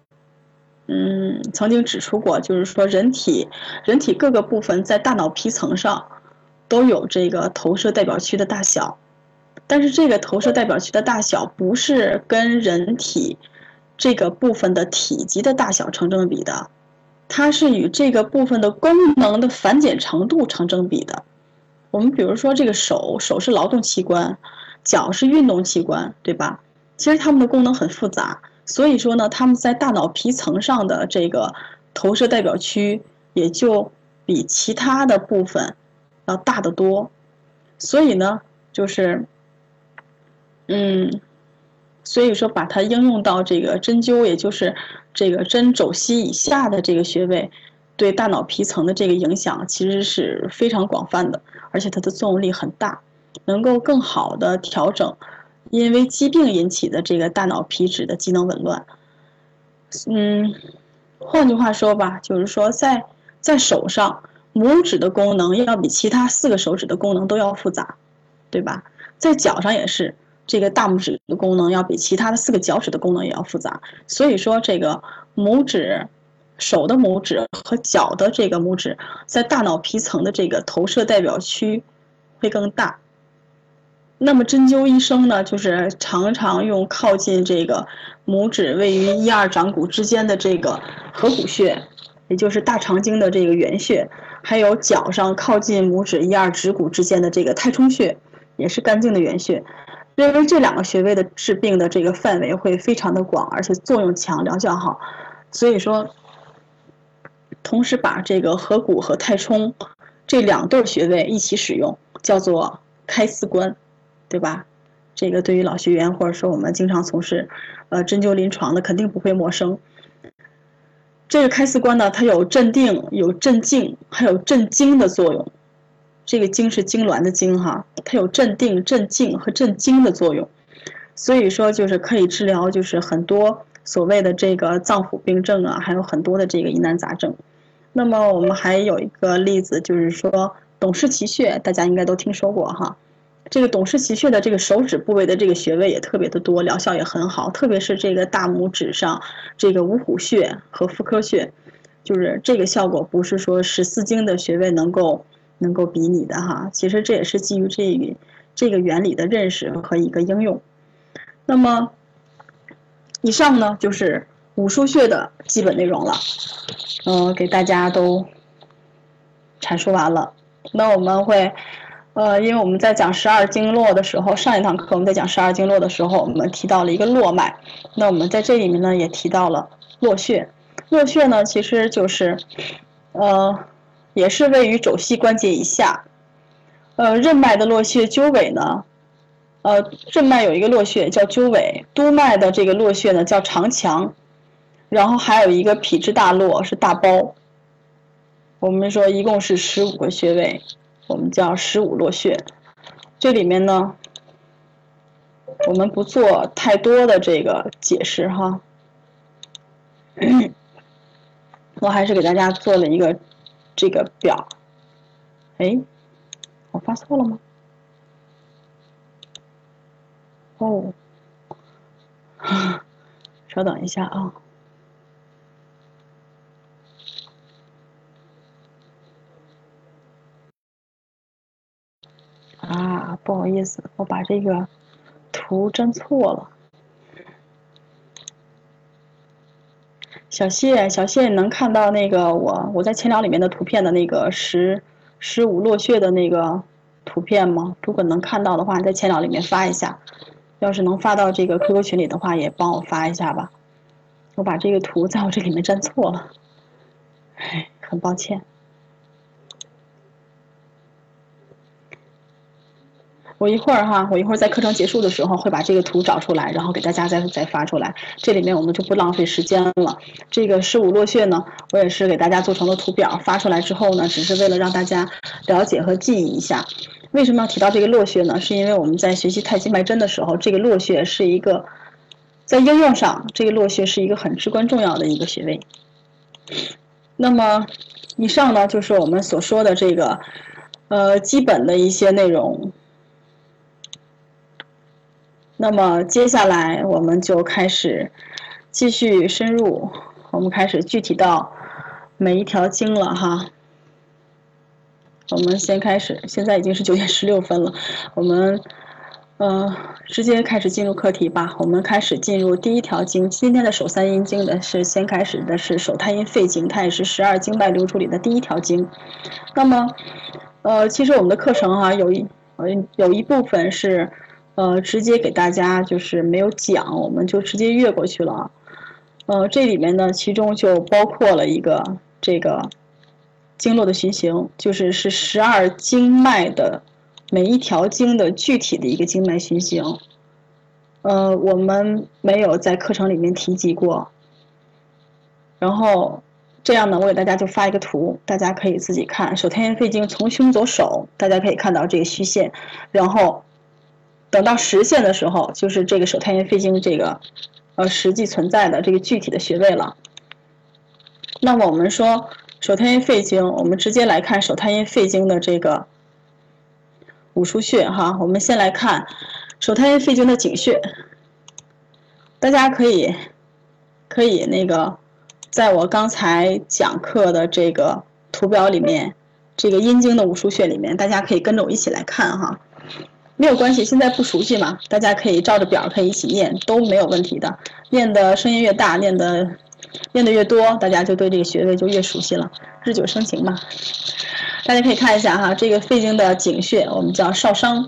曾经指出过，就是说人体各个部分在大脑皮层上都有这个投射代表区的大小，但是这个投射代表区的大小不是跟人体这个部分的体积的大小成正比的，它是与这个部分的功能的繁简程度成正比的。我们比如说这个手是劳动器官，脚是运动器官，对吧？其实它们的功能很复杂，所以说呢，它们在大脑皮层上的这个投射代表区也就比其他的部分要大得多。所以呢，就是所以说把它应用到这个针灸，也就是这个针肘膝以下的这个穴位，对大脑皮层的这个影响其实是非常广泛的，而且它的作用力很大，能够更好的调整因为疾病引起的这个大脑皮质的机能紊乱。换句话说吧，就是说在手上，拇指的功能要比其他4个手指的功能都要复杂，对吧？在脚上也是，这个大拇指的功能要比其他的4个脚趾的功能也要复杂。所以说，这个手的拇指和脚的这个拇指，在大脑皮层的这个投射代表区会更大。那么针灸医生呢，就是常常用靠近这个拇指位于1、2掌骨之间的这个合谷穴，也就是大肠经的这个原穴，还有脚上靠近拇指1、2指骨之间的这个太冲穴，也是肝经的原穴。认为这2个穴位的治病的这个范围会非常的广，而且作用强，疗效好。所以说，同时把这个合谷和太冲这2对穴位一起使用，叫做开四关。对吧？这个对于老学员或者说我们经常从事针灸临床的肯定不会陌生。这个开四关呢，它有镇定、有镇静，还有镇惊的作用。这个惊是痉挛的惊哈，它有镇定、镇静和镇惊的作用。所以说就是可以治疗就是很多所谓的这个脏腑病症啊，还有很多的这个疑难杂症。那么我们还有一个例子，就是说董氏奇穴，大家应该都听说过哈。这个董氏奇穴的这个手指部位的这个穴位也特别的多，疗效也很好，特别是这个大拇指上这个五虎穴和妇科穴，就是这个效果不是说14经的穴位能够比拟的哈。其实这也是基于这个原理的认识和一个应用。那么以上呢就是五腧穴的基本内容了，给大家都阐述完了。那我们会因为我们在讲12经络的时候，上一堂课我们在讲12经络的时候，我们提到了一个络脉。那我们在这里面呢，也提到了络穴。络穴呢，其实就是，也是位于肘膝关节以下。任脉的络穴鸠尾呢，任脉有一个络穴叫鸠尾，督脉的这个络穴呢叫长强，然后还有一个脾之大络是大包。我们说一共是15个穴位。我们叫15络穴，这里面呢，我们不做太多的这个解释哈，我还是给大家做了一个这个表。哎，我发错了吗？哦，稍等一下啊。不好意思，我把这个图粘错了。小谢，你能看到那个我在前聊里面的图片的那个15络穴的那个图片吗？如果能看到的话，你在前聊里面发一下。要是能发到这个 QQ 群里的话，也帮我发一下吧。我把这个图在我这里面粘错了，很抱歉。我一会儿在课程结束的时候会把这个图找出来，然后给大家再发出来。这里面我们就不浪费时间了。这个15络穴呢，我也是给大家做成了图表，发出来之后呢，只是为了让大家了解和记忆一下。 为什么要提到这个络穴呢？是因为我们在学习太极脉针的时候，这个络穴是一个在应用上，这个络穴是一个很至关重要的一个穴位。那么以上呢，就是我们所说的这个基本的一些内容。那么接下来我们就开始继续深入，我们开始具体到每一条经了哈。我们先开始，现在已经是9点16分了，我们直接开始进入课题吧。我们开始进入第一条经，今天的手三阴经的是先开始的是手太阴肺经，它也是12经脉流出里的第一条经。那么其实我们的课程哈有一部分是直接给大家就是没有讲，我们就直接越过去了。这里面呢，其中就包括了一个这个经络的循行，就是12经脉的每一条经的具体的一个经脉循行。我们没有在课程里面提及过。然后这样呢，我给大家就发一个图，大家可以自己看。手太阴肺经从胸走手，大家可以看到这个虚线，然后等到实线的时候，就是这个手太阴肺经这个实际存在的这个具体的穴位了。那么我们说手太阴肺经，我们直接来看手太阴肺经的这个五腧穴哈。我们先来看手太阴肺经的井穴，大家可以那个在我刚才讲课的这个图表里面，这个阴经的五腧穴里面，大家可以跟着我一起来看哈。没有关系，现在不熟悉嘛，大家可以照着表可以一起念，都没有问题的。念的声音越大，念的越多，大家就对这个穴位就越熟悉了，日久生情嘛。大家可以看一下哈，这个肺经的井穴我们叫少商。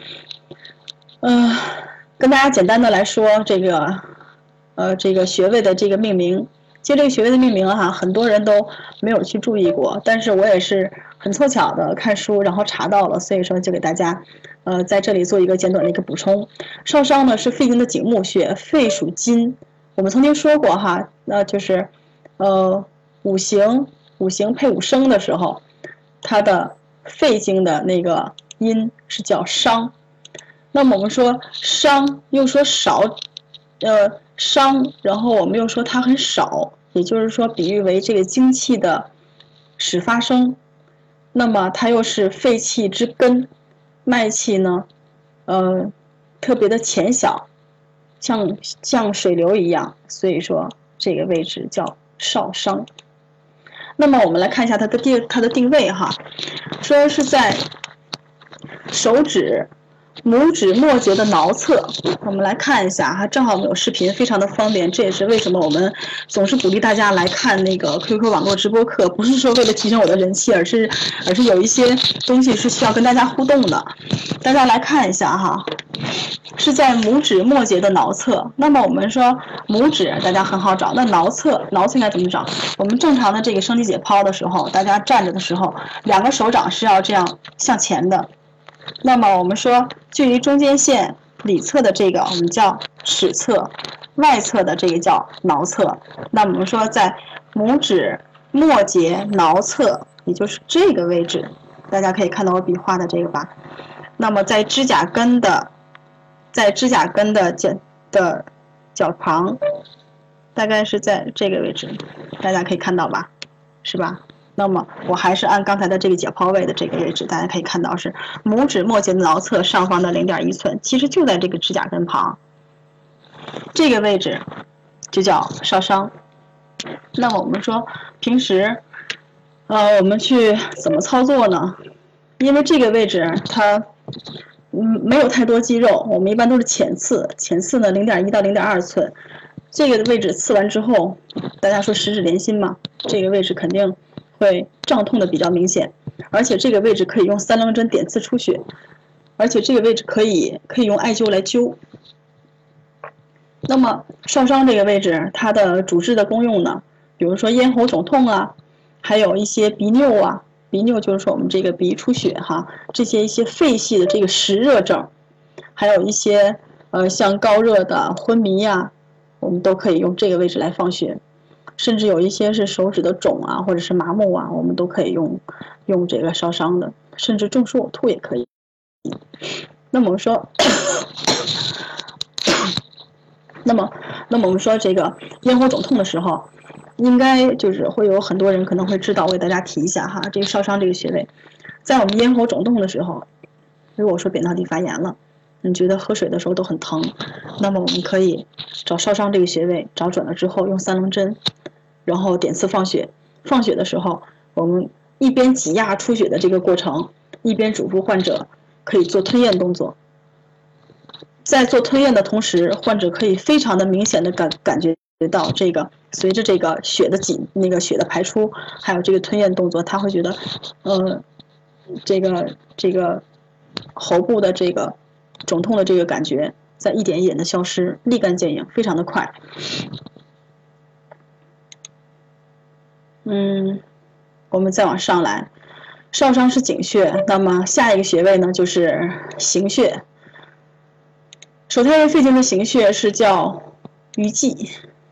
跟大家简单的来说这个穴位的这个命名。其实这个穴位的命名哈，很多人都没有去注意过，但是我也是很凑巧的看书然后查到了，所以说就给大家在这里做一个简短的一个补充。少商呢是肺经的井木穴，肺属金。我们曾经说过哈，那就是五行配五声的时候，它的肺经的那个音是叫商。那么我们说商又说少，商，然后我们又说它很少，也就是说比喻为这个精气的始发生。那么它又是肺气之根，脉气呢特别的浅小，像水流一样，所以说这个位置叫少商。那么我们来看一下它的定位哈，说是在手指拇指末节的桡侧。我们来看一下哈，正好我们有视频，非常的方便。这也是为什么我们总是鼓励大家来看那个 QQ 网络直播课，不是说为了提升我的人气，而是有一些东西是需要跟大家互动的。大家来看一下哈，是在拇指末节的桡侧。那么我们说拇指大家很好找，那桡侧应该怎么找？我们正常的这个升旗解剖的时候，大家站着的时候，两个手掌是要这样向前的。那么我们说距离中间线里侧的这个我们叫尺侧，外侧的这个叫桡侧。那我们说在拇指末节桡侧，也就是这个位置，大家可以看到我笔画的这个吧。那么在指甲根的脚旁，大概是在这个位置，大家可以看到吧，是吧？那么我还是按刚才的这个解剖位的这个位置，大家可以看到是拇指末节的桡侧上方的0.1寸，其实就在这个指甲根旁，这个位置就叫少商。那么我们说平时我们去怎么操作呢？因为这个位置它没有太多肌肉，我们一般都是浅刺呢0.1到0.2寸。这个位置刺完之后，大家说十指连心嘛，这个位置肯定会胀痛的比较明显，而且这个位置可以用3棱针点刺出血，而且这个位置可以用艾灸来灸。那么少商这个位置它的主治的功用呢，比如说咽喉肿痛啊，还有一些鼻衄啊，鼻衄就是说我们这个鼻出血哈，这些一些肺系的这个实热症，还有一些像高热的昏迷啊，我们都可以用这个位置来放血。甚至有一些是手指的肿啊，或者是麻木啊，我们都可以用这个少商的，甚至中暑呕吐也可以。 那么我们说，那么我们说这个咽喉肿痛的时候，应该就是会有很多人可能会知道，我给大家提一下哈，这个烧伤这个穴位，在我们咽喉肿痛的时候，如果说扁桃体发炎了，你觉得喝水的时候都很疼，那么我们可以找烧伤这个穴位，找准了之后用3棱针，然后点刺放血。放血的时候，我们一边挤压出血的这个过程，一边嘱咐患者可以做吞咽动作。在做吞咽的同时，患者可以非常的明显的感觉到这个随着这个血的血的排出，还有这个吞咽动作，他会觉得，这个喉部的这个肿痛的这个感觉在一点一点的消失，立竿见影，非常的快。我们再往上来，烧伤是井穴，那么下一个穴位呢就是行穴。手太阴肺经的行穴是叫鱼际。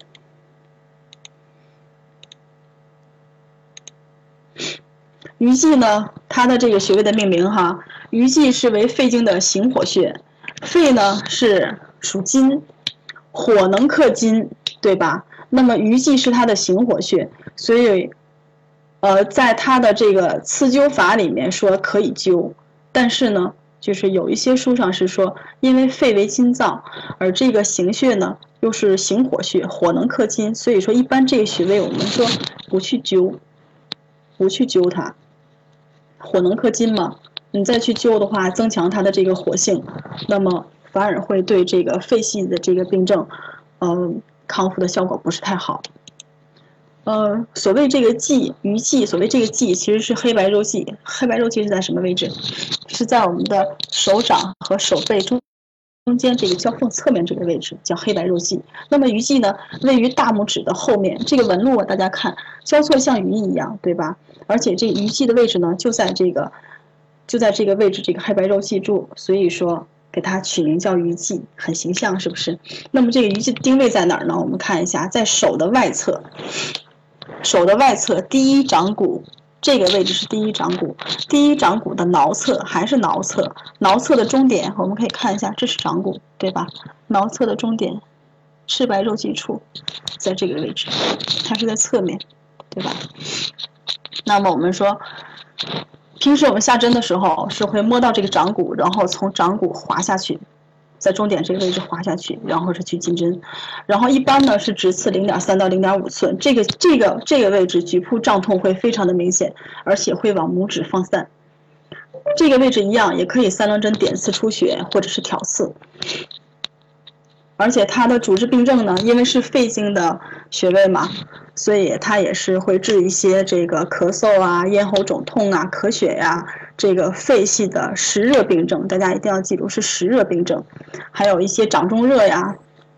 鱼际呢，它的这个穴位的命名哈，鱼际是为肺经的行火穴，肺呢是属金，火能克金，对吧？那么鱼际是它的行火穴，所以，在它的这个刺灸法里面说可以灸，但是呢，就是有一些书上是说，因为肺为金脏，而这个行穴呢又是行火穴，火能克金，所以说一般这个穴位我们说不去灸，不去灸它。火能克金嘛，你再去灸的话，增强它的这个火性，那么反而会对这个肺系的这个病症，康复的效果不是太好。所谓这个际，鱼际，所谓这个际其实是黑白肉际。黑白肉际是在什么位置？是在我们的手掌和手背中间这个交缝侧面这个位置，叫黑白肉际。那么鱼际呢，位于大拇指的后面，这个纹路大家看交错像鱼一样，对吧？而且这鱼际的位置呢，就在这个位置，这个黑白肉际处，所以说给它取名叫鱼际，很形象，是不是？那么这个鱼际的定位在哪儿呢？我们看一下，在手的外侧，手的外侧第一掌骨。这个位置是第一掌骨，第一掌骨的桡侧还是桡侧，桡侧的中点我们可以看一下，这是掌骨，对吧？桡侧的中点，赤白肉际处，在这个位置，它是在侧面，对吧？那么我们说，平时我们下针的时候是会摸到这个掌骨，然后从掌骨滑下去，在中点这个位置滑下去，然后是去进针，然后一般呢是直刺0.3到0.5寸，这个位置局部胀痛会非常的明显，而且会往拇指放散。这个位置一样也可以3棱针点刺出血或者是挑刺。而且它的主治病症呢，因为是肺经的穴位嘛，所以它也是会治一些这个咳嗽啊、咽喉肿痛啊、咳血呀，这个肺系的湿热病症，大家一定要记住是湿热病症，还有一些掌中热呀，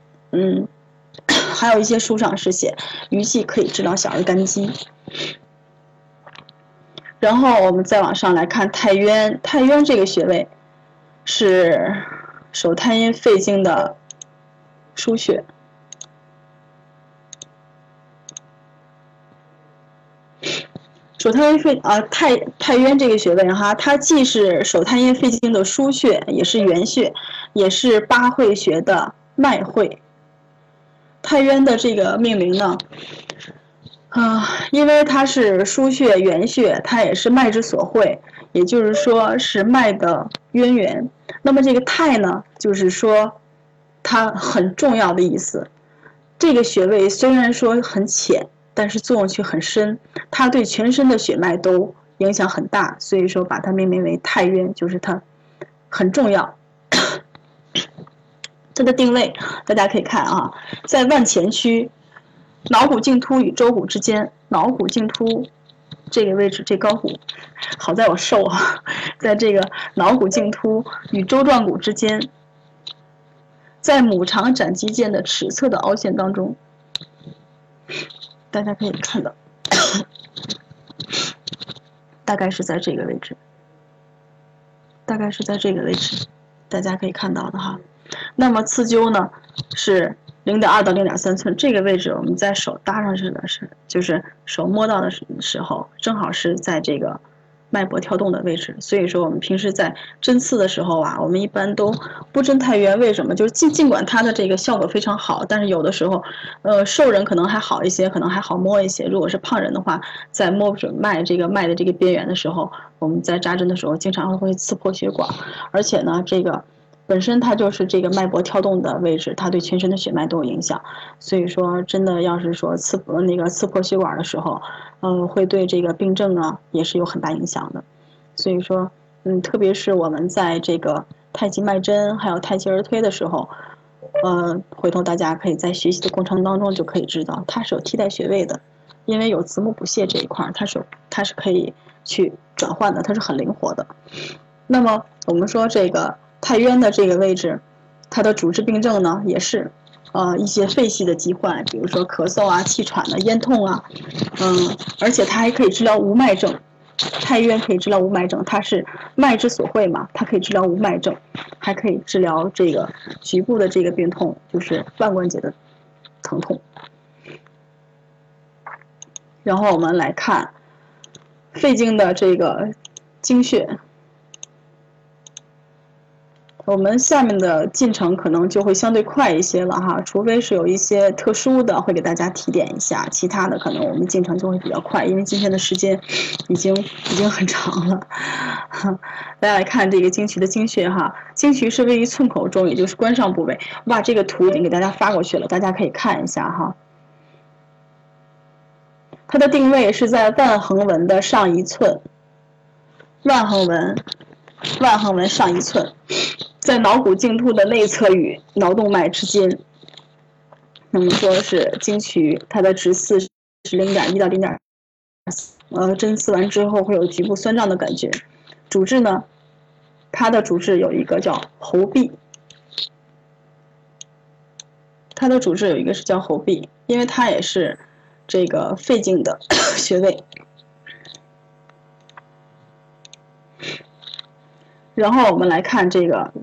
还有一些书上是写鱼际可以治疗小儿肝积。然后我们再往上来看太渊，太渊这个穴位是手太阴肺经的腧穴。手太阴肺太渊这个穴位哈，它既是手太阴肺经的腧穴，也是原穴，也是八会穴的脉会。太渊的这个命名呢，因为它是腧穴、原穴，它也是脉之所会，也就是说是脉的渊源。那么这个太呢，就是说它很重要的意思。这个穴位虽然说很浅，但是作用却很深，它对全身的血脉都影响很大，所以说把它命名为太渊，就是它很重要。它的定位大家可以看啊，在腕前区桡骨茎突与舟骨之间，桡骨茎突这个位置，这高骨，好在我瘦啊，在这个桡骨茎突与舟状骨之间，在拇长斩肌腱的尺侧的凹陷当中，大家可以看到，大概是在这个位置，大概是在这个位置，大家可以看到的哈。那么刺灸呢是0.2到0.3寸，这个位置我们在手搭上去的是，就是手摸到的时候，正好是在这个脉搏跳动的位置。所以说我们平时在针刺的时候啊，我们一般都不针太远。为什么？就是尽管它的这个效果非常好，但是有的时候，瘦人可能还好一些，可能还好摸一些。如果是胖人的话，在摸不准脉这个脉的这个边缘的时候，我们在扎针的时候经常会刺破血管，而且呢，这个本身它就是这个脉搏跳动的位置，它对全身的血脉都有影响。所以说，真的要是说刺破血管的时候，会对这个病症啊也是有很大影响的。所以说，特别是我们在这个太极脉针还有太极而推的时候，回头大家可以在学习的过程当中就可以知道，它是有替代穴位的，因为有子母补泻这一块，它是可以去转换的，它是很灵活的。那么我们说这个太渊的这个位置，它的主治病症呢也是一些肺系的疾患，比如说咳嗽啊、气喘啊、咽痛啊，而且它还可以治疗无脉症。太渊可以治疗无脉症，它是脉之所会嘛，它可以治疗无脉症，还可以治疗这个局部的这个病痛，就是腕关节的疼痛。然后我们来看肺经的这个经穴。我们下面的进程可能就会相对快一些了哈，除非是有一些特殊的会给大家提点一下，其他的可能我们进程就会比较快，因为今天的时间已经很长了。大家来看这个经渠的经穴哈，经渠是位于寸口中，也就是关上部位。哇，这个图已经给大家发过去了，大家可以看一下哈。它的定位是在腕横纹的上1寸，腕横纹上1寸。在脑骨茎突的内侧与脑动脉之间，那么说是经渠，它的直刺是0.1到0.4，针刺完之后会有局部酸胀的感觉。主治呢，它的主治有一个叫喉壁，它的主治有一个是叫喉壁，因为它也是这个肺经的穴位。然后我们来看这个。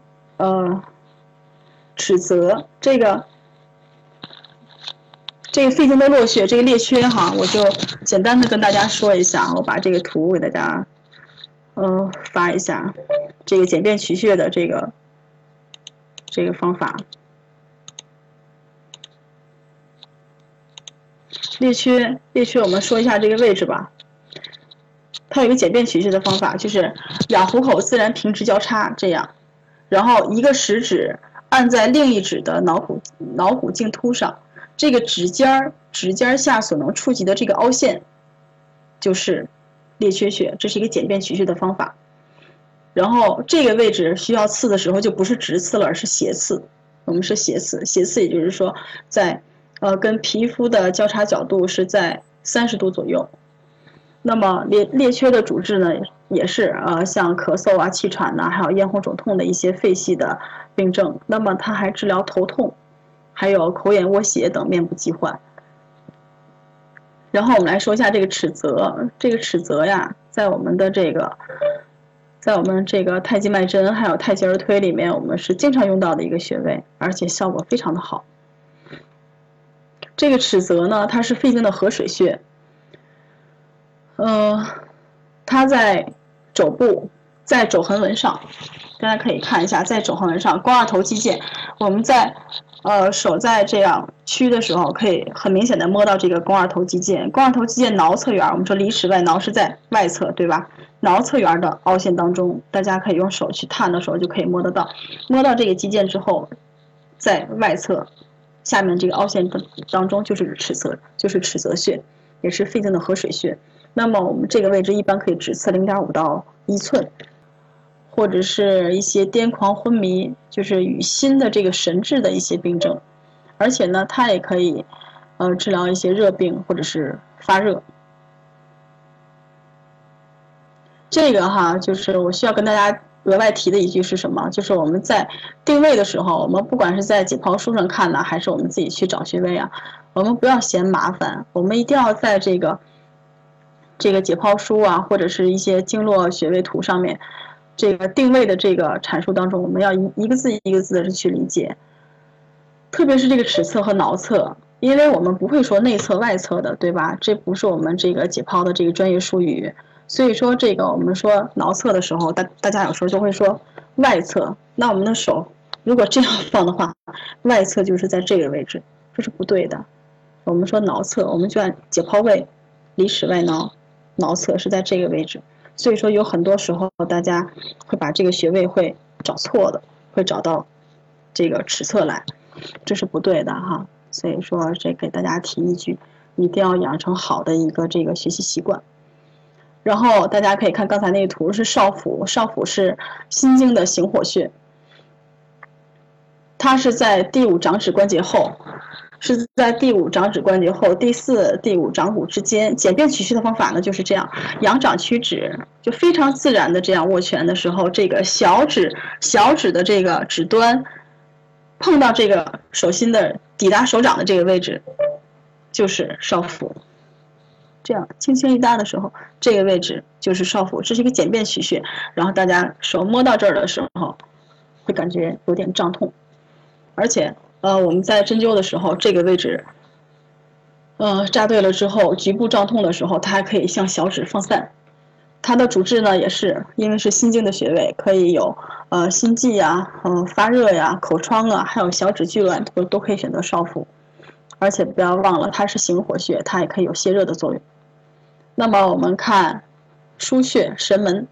尺泽这个肺经的络穴，这个列缺哈，我就简单的跟大家说一下，我把这个图给大家发一下，这个简便取穴的这个方法。列缺我们说一下这个位置吧。它有一个简便取穴的方法，就是两虎口自然平直交叉这样。然后一个食指按在另一指的脑骨茎突上，这个指尖下所能触及的这个凹陷，就是列缺穴，这是一个简便取穴的方法。然后这个位置需要刺的时候，就不是直刺了，而是斜刺。我们是斜刺，斜刺也就是说在跟皮肤的交叉角度是在30度左右。那么列缺的主治呢，也是像咳嗽啊、气喘呐，还有咽喉肿痛的一些肺系的病症。那么它还治疗头痛，还有口眼窝胁等面部疾患。然后我们来说一下这个尺泽，这个尺泽呀，在我们这个太极脉针还有太极而推里面，我们是经常用到的一个穴位，而且效果非常的好。这个尺泽呢，它是肺经的合水穴。它在肘部，在肘横纹上，大家可以看一下，在肘横纹上，肱二头肌腱，我们在手在这样屈的时候，可以很明显的摸到这个肱二头肌腱。肱二头肌腱桡侧缘，我们说里尺外桡是在外侧，对吧？桡侧缘的凹陷当中，大家可以用手去探的时候就可以摸得到。摸到这个肌腱之后，在外侧下面这个凹陷当中就是尺泽穴，也是肺经的合水穴。那么我们这个位置一般可以直刺0.5到1寸，或者是一些癫狂昏迷，就是与心的这个神志的一些病症，而且呢，它也可以治疗一些热病或者是发热。这个哈，就是我需要跟大家额外提的一句是什么？就是我们在定位的时候，我们不管是在解剖书上看呢，还是我们自己去找穴位啊，我们不要嫌麻烦，我们一定要在这个解剖书啊，或者是一些经络穴位图上面，这个定位的这个阐述当中，我们要一个字一个字的去理解。特别是这个尺侧和桡侧，因为我们不会说内侧外侧的，对吧？这不是我们这个解剖的这个专业术语， 所以说这个我们说挠侧的时候，大家有时候就会说外侧，那我们的手如果这样放的话，外侧就是在这个位置，这是不对的。我们说挠侧，我们就按解剖位里室外挠，挠侧是在这个位置。所以说有很多时候大家会把这个穴位会找错的，会找到这个尺侧来，这是不对的哈。所以说这给大家提一句，一定要养成好的一个这个学习习惯。然后大家可以看刚才那个图是少府，少府是心经的行火穴，它是在第5掌指关节后，是在第5掌指关节后第4、第5掌骨之间。简便取穴的方法呢就是这样，仰掌屈指，就非常自然的这样握拳的时候，这个小指的这个指端碰到这个手心的抵达手掌的这个位置，就是少府。这样轻轻一搭的时候，这个位置就是少府，这是一个简便取穴。然后大家手摸到这儿的时候，会感觉有点胀痛，而且我们在针灸的时候，这个位置，扎对了之后，局部胀痛的时候，它还可以向小指放散。它的主治呢，也是因为是心经的穴位，可以有心悸呀、发热呀、口疮啊，还有小指拘挛都可以选择少府。而且不要忘了，它是行火穴，它也可以有泻热的作用。那么我们看腧穴神门，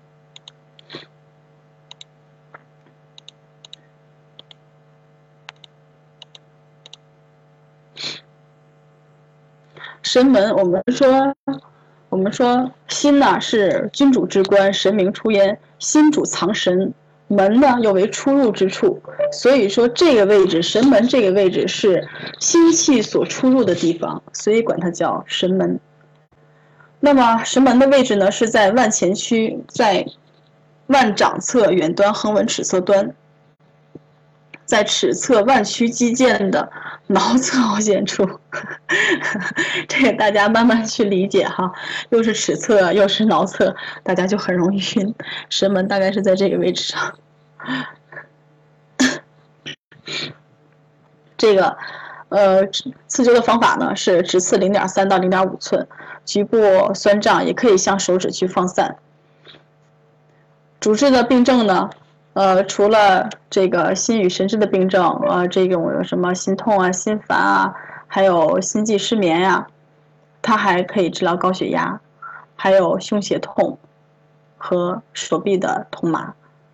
神门我们说心呢是君主之官，神明出焉，心主藏神，门呢又为出入之处，所以说这个位置神门这个位置是心气所出入的地方，所以管它叫神门。那么神门的位置呢是在腕前区，在腕掌侧远端横纹尺侧端，在尺侧腕屈肌腱的桡侧凹陷处。这个大家慢慢去理解哈，又是尺侧又是桡侧，大家就很容易晕。神门大概是在这个位置上。这个刺灸的方法呢是直刺0.3到0.5寸，局部酸胀，也可以向手指去放散。主治的病症呢，除了这个心与神志的病症，这种有什么心痛啊、心烦啊，还有心悸失眠呀，它还可以治疗高血压，还有胸胁痛和手臂的痛麻。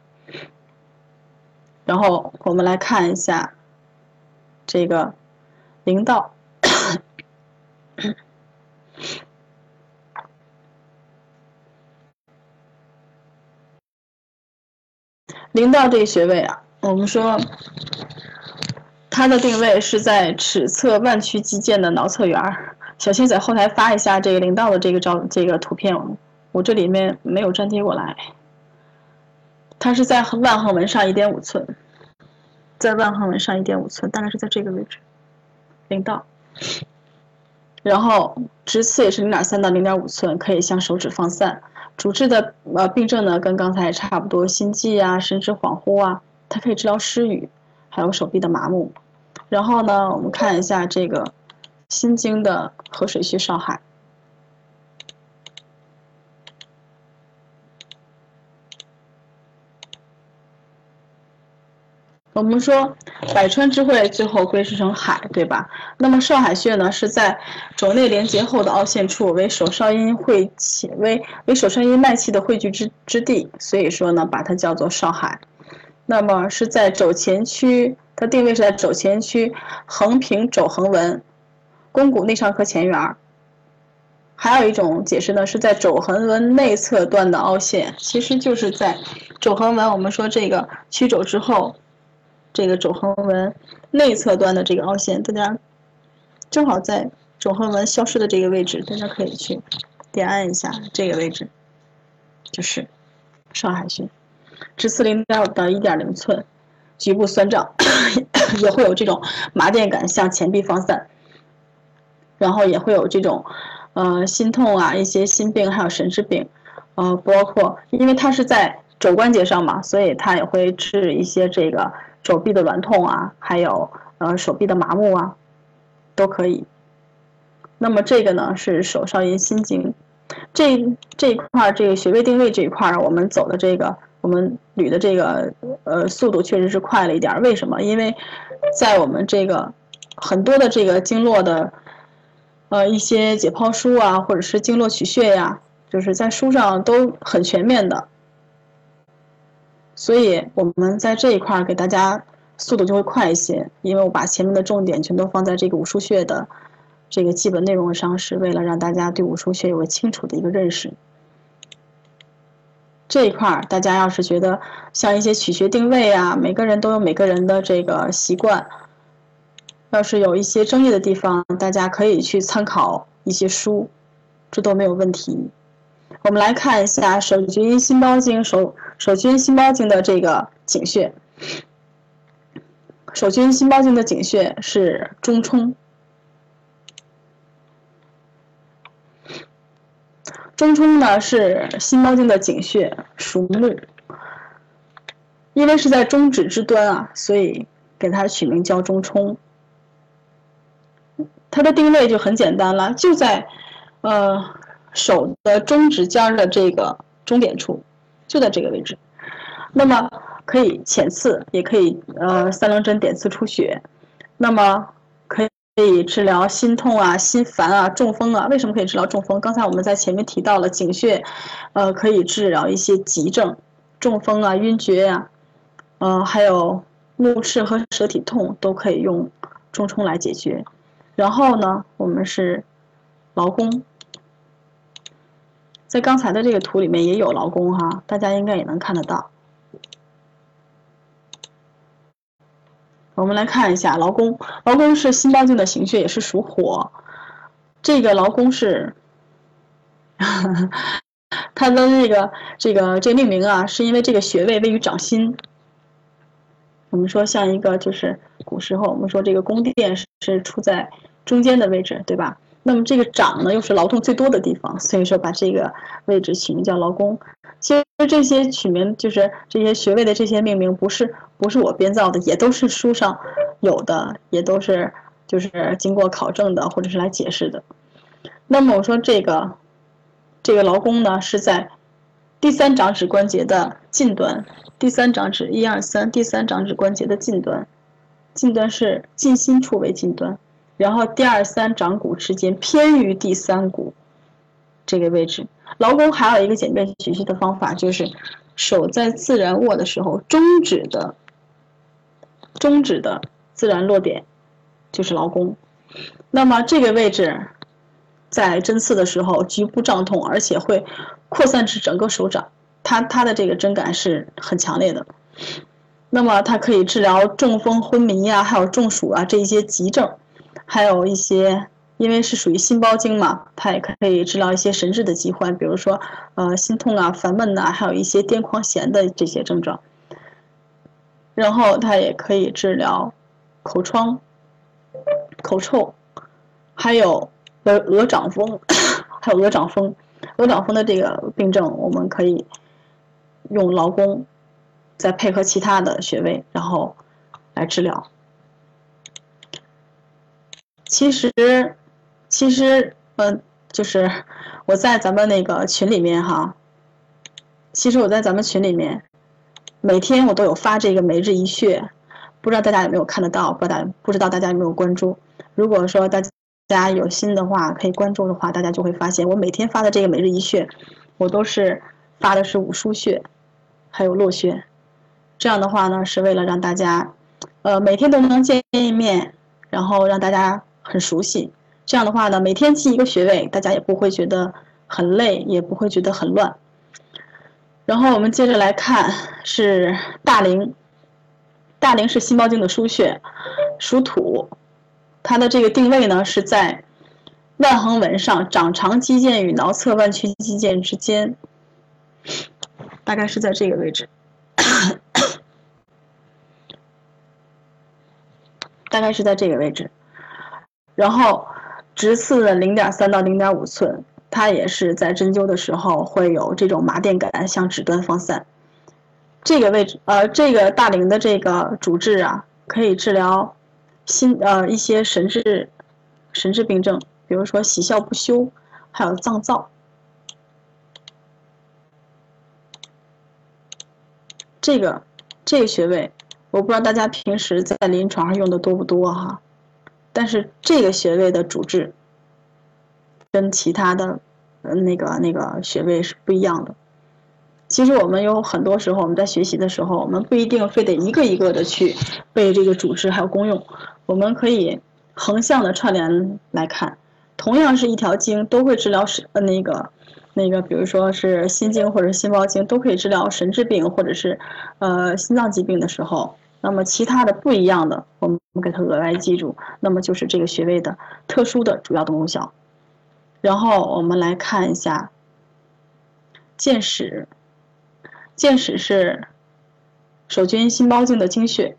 然后我们来看一下这个灵道。灵道这个穴位啊，我们说它的定位是在尺侧腕屈肌腱的桡侧缘。小新在后台发一下这个灵道的这个图片，我这里面没有粘贴过来。它是在腕横纹上1.5寸，在腕横纹上1.5寸，大概是在这个位置，灵道。然后直刺也是0.3到0.5寸，可以向手指放散。主治的病症呢，跟刚才差不多，心悸啊、神志恍惚啊，它可以治疗失语，还有手臂的麻木。然后呢，我们看一下这个心经的合水穴少海。我们说百川之汇最后归师成海，对吧？那么少海穴呢，是在肘内连结后的凹陷处，为手少阴脉气的汇聚之地，所以说呢，把它叫做少海。那么是在肘前区，它定位是在肘前区横平肘横纹，肱骨内上髁前缘。还有一种解释呢，是在肘横纹内侧端的凹陷，其实就是在肘横纹，我们说这个曲肘之后。这个肘横纹内侧端的这个凹陷，大家正好在肘横纹消失的这个位置，大家可以去点按一下这个位置，就是少海穴。直刺0.5到1.0寸，局部酸胀，也会有这种麻电感向前臂放散，然后也会有这种心痛啊，一些心病还有神志病，包括因为它是在肘关节上嘛，所以它也会治一些这个手臂的挛痛啊，还有手臂的麻木啊，都可以。那么这个呢是手少阴心经这一块这个穴位定位这一块我们走的这个我们捋的这个速度确实是快了一点。为什么？因为在我们这个很多的这个经络的一些解剖书啊，或者是经络取穴呀，就是在书上都很全面的，所以我们在这一块给大家速度就会快一些，因为我把前面的重点全都放在这个五腧穴的这个基本内容上，是为了让大家对五腧穴有个清楚的一个认识。这一块大家要是觉得像一些取穴定位啊，每个人都有每个人的这个习惯，要是有一些争议的地方，大家可以去参考一些书，这都没有问题。我们来看一下手厥阴心包经手厥阴心包经的这个井穴。手厥阴心包经的井穴是中冲。中冲呢是心包经的井穴，属木。因为是在中指之端啊，所以给它取名叫中冲。它的定位就很简单了，就在手的中指尖的这个中点处，就在这个位置。那么可以浅刺，也可以三棱针点刺出血。那么可以治疗心痛啊、心烦啊、中风啊。为什么可以治疗中风？刚才我们在前面提到了井穴，可以治疗一些急症，中风啊、晕厥呀，还有目赤和舌体痛都可以用中冲来解决。然后呢，我们是劳宫，在刚才的这个图里面也有劳宫哈，大家应该也能看得到。我们来看一下劳宫，劳宫是心包经的行穴，也是属火。这个劳宫是它的这个命名啊，是因为这个穴位位于掌心。我们说像一个就是古时候我们说这个宫殿是处在中间的位置，对吧？那么这个掌呢又是劳动最多的地方，所以说把这个位置取名叫劳宫。其实这些取名就是这些穴位的这些命名不是我编造的，也都是书上有的，也都是就是经过考证的或者是来解释的。那么我说这个劳宫呢是在第三掌指关节的近端，第三掌指1、2、3，第三掌指关节的近端，近端是近心处为近端，然后第2、3掌骨之间偏于第三骨这个位置。劳宫还有一个简便取穴的方法，就是手在自然握的时候，中指的自然落点就是劳宫。那么这个位置在针刺的时候局部胀痛，而且会扩散至整个手掌，它的这个针感是很强烈的。那么它可以治疗中风、昏迷啊，还有中暑啊这一些急症，还有一些因为是属于心包经嘛，它也可以治疗一些神志的疾患，比如说心痛啊、烦闷啊，还有一些癫狂痫的这些症状。然后它也可以治疗口疮、口臭，还有鹅掌风，还有鹅掌风。鹅掌风的这个病症，我们可以用劳宫，再配合其他的穴位，然后来治疗。其实，就是我在咱们那个群里面哈，其实我在咱们群里面，每天我都有发这个每日一穴，不知道大家有没有看得到，不知道大家有没有关注。如果说大家有心的话，可以关注的话，大家就会发现我每天发的这个每日一穴，我都是发的是五腧穴，还有络穴。这样的话呢，是为了让大家，每天都能见一面，然后让大家很熟悉。这样的话呢，每天记一个穴位，大家也不会觉得很累，也不会觉得很乱。然后我们接着来看是大陵，大陵是心包经的腧穴，属土。它的这个定位呢是在腕横纹上掌长肌腱与桡侧腕屈肌腱之间，大概是在这个位置。大概是在这个位置，然后直刺的0.3到0.5寸，它也是在针灸的时候会有这种麻电感向指端放散。这个位置，这个大陵的这个主治啊，可以治疗一些神志病症，比如说喜笑不休，还有脏躁。 这个穴位，我不知道大家平时在临床上用的多不多哈，但是这个穴位的主治跟其他的那个穴位是不一样的。其实我们有很多时候我们在学习的时候，我们不一定非得一个一个的去背这个主治还有功用，我们可以横向的串联来看，同样是一条经，都会治疗那个，比如说是心经或者心包经，都可以治疗神志病或者是心脏疾病的时候，那么其他的不一样的，我们给它额外记住，那么就是这个穴位的特殊的主要的功效。然后我们来看一下见使，见使是手君心包经的经穴。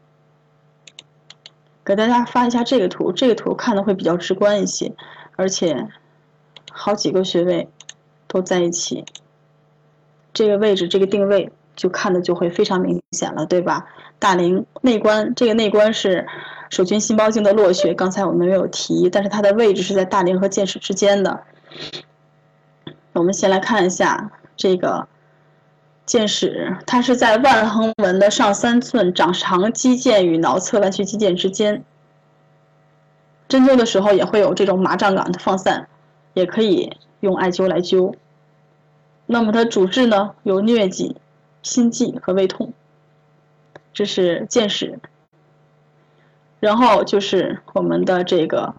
给大家发一下这个图，这个图看的会比较直观一些，而且好几个穴位都在一起，这个位置这个定位就看的就会非常明显了，对吧？大陵内关，这个内关是手君心包经的络穴，刚才我们没有提，但是它的位置是在大陵和见使之间的。我们先来看一下这个见使，它是在腕横纹的上3寸掌长肌腱与桡侧弯曲肌腱之间。针灸的时候也会有这种麻胀感的放散，也可以用艾灸来灸。那么它主治呢有疟疾、心悸和胃痛，这是见使。然后就是我们的这个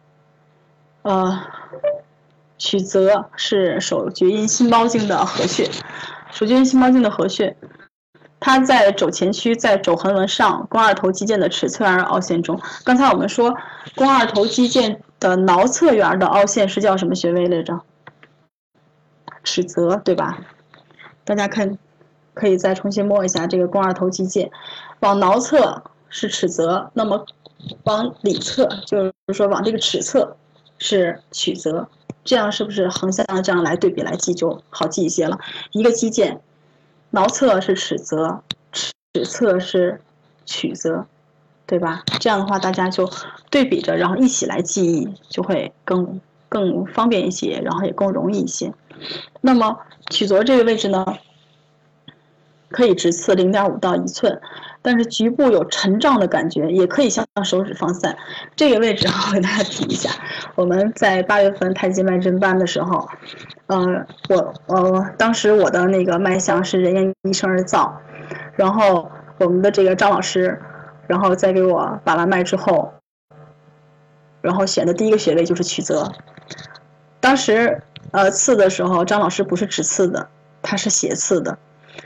曲泽，是手厥心包经的合穴。手厥心包经的合穴，它在肘前区，在肘横纹上肱二头肌腱的尺侧缘凹陷中。刚才我们说肱二头肌腱的桡侧缘的凹陷是叫什么穴位来着？尺泽，对吧？大家看，可以再重新摸一下这个肱二头肌腱，往桡侧是尺泽，那么往里侧，就是说往这个尺侧是曲泽。这样是不是横向这样来对比来记就好记一些了？一个肌腱，桡侧是尺泽，尺侧是曲泽，对吧？这样的话大家就对比着，然后一起来记忆，就会更方便一些，然后也更容易一些。那么曲泽这个位置呢，可以直刺0.5到1寸，但是局部有沉胀的感觉，也可以向手指放散。这个位置我给大家提一下，我们在8月份太极脉针班的时候，当时我的那个脉象是人言一声而燥，然后我们的这个张老师，然后再给我把完脉之后，然后选的第一个穴位就是曲泽。当时刺的时候，张老师不是直刺的，他是斜刺的。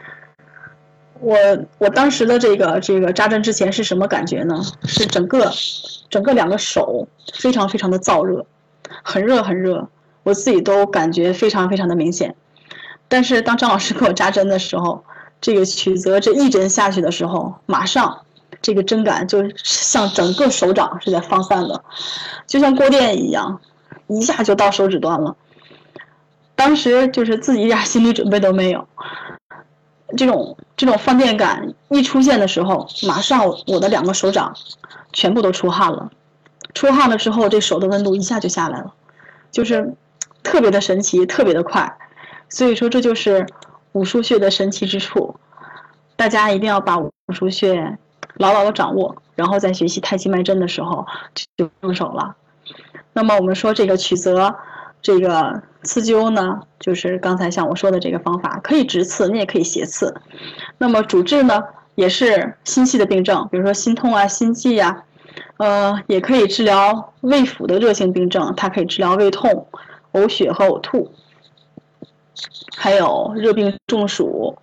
我当时的这个扎针之前是什么感觉呢？是整个2个手非常非常的燥热，很热很热，我自己都感觉非常非常的明显。但是当张老师给我扎针的时候，这个曲泽这一针下去的时候，马上这个针感就像整个手掌是在放散的，就像过电一样，一下就到手指端了。当时就是自己一点心理准备都没有。这种放电感一出现的时候，马上我的2个手掌全部都出汗了。出汗了之后，这手的温度一下就下来了，就是特别的神奇，特别的快。所以说这就是五腧穴的神奇之处。大家一定要把五腧穴牢牢的掌握，然后在学习太极脉针的时候就用手了。那么我们说这个曲泽，这个刺灸呢，就是刚才像我说的这个方法，可以直刺，你也可以斜刺。那么主治呢，也是心系的病症，比如说心痛啊、心悸啊，也可以治疗胃腑的热性病症，它可以治疗胃痛、呕血和呕吐，还有热病中暑，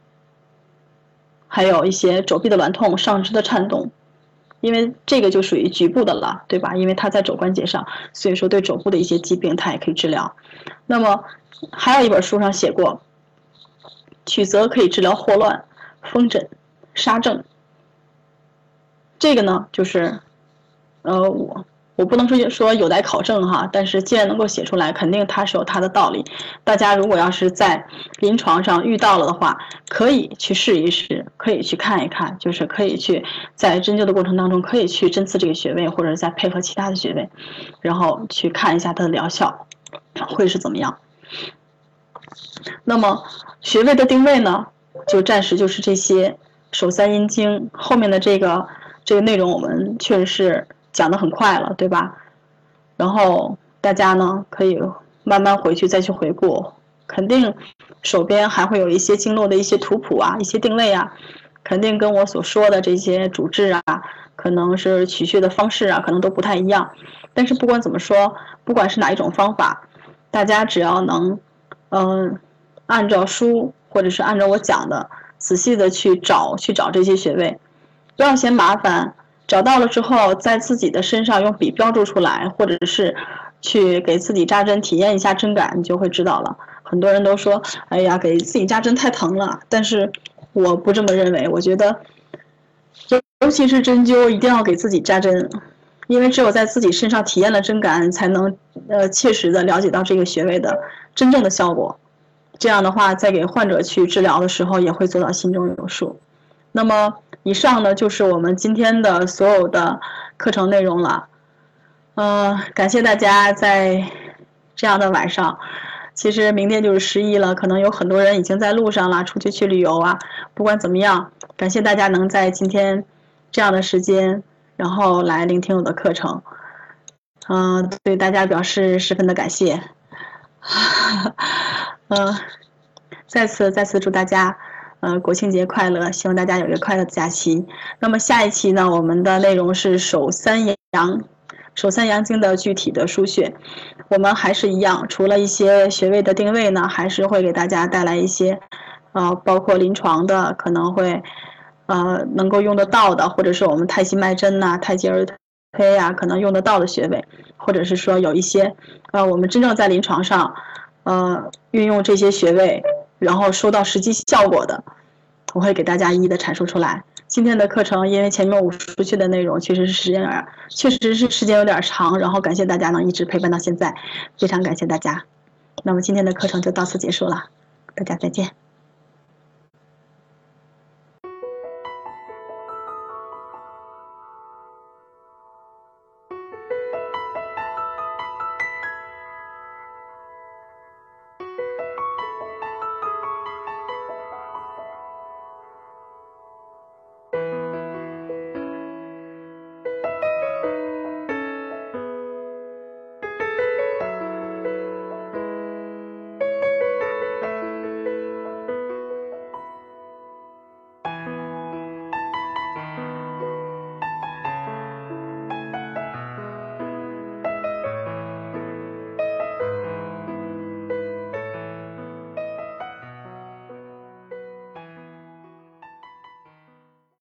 还有一些肘臂的挛痛、上肢的颤动。因为这个就属于局部的了，对吧？因为它在肘关节上，所以说对肘部的一些疾病它也可以治疗。那么还有一本书上写过，曲泽可以治疗霍乱、风疹、沙症。这个呢，就是我不能说有待考证哈，但是既然能够写出来，肯定它是有它的道理。大家如果要是在临床上遇到了的话，可以去试一试，可以去看一看，就是可以去在针灸的过程当中，可以去针刺这个穴位，或者再配合其他的穴位，然后去看一下它的疗效会是怎么样。那么穴位的定位呢， 就暂时就是这些手三阴经后面的这个内容，我们确实是讲得很快了，对吧？然后大家呢可以慢慢回去再去回顾，肯定手边还会有一些经络的一些图谱啊，一些定位啊，肯定跟我所说的这些主治啊，可能是取穴的方式啊，可能都不太一样。但是不管怎么说，不管是哪一种方法，大家只要能按照书或者是按照我讲的仔细的去找这些穴位，不要嫌麻烦，找到了之后在自己的身上用笔标注出来，或者是去给自己扎针体验一下针感，你就会知道了。很多人都说哎呀给自己扎针太疼了，但是我不这么认为，我觉得尤其是针灸一定要给自己扎针，因为只有在自己身上体验了针感，才能切实的了解到这个穴位的真正的效果。这样的话，在给患者去治疗的时候，也会做到心中有数。那么以上呢，就是我们今天的所有的课程内容了。感谢大家在这样的晚上。其实明天就是11了，可能有很多人已经在路上了，出去旅游啊。不管怎么样，感谢大家能在今天这样的时间，然后来聆听我的课程。对大家表示十分的感谢。再次祝大家国庆节快乐，希望大家有一个快乐的假期。那么下一期呢，我们的内容是手三阳经的具体的输穴。我们还是一样，除了一些穴位的定位呢，还是会给大家带来一些包括临床的可能会能够用得到的，或者是我们太极脉针呐、太极而推啊可能用得到的穴位，或者是说有一些我们真正在临床上运用这些穴位然后收到实际效果的，我会给大家一一的阐述出来。今天的课程因为前面50区的内容确实是时间有点长，然后感谢大家能一直陪伴到现在，非常感谢大家。那么今天的课程就到此结束了，大家再见。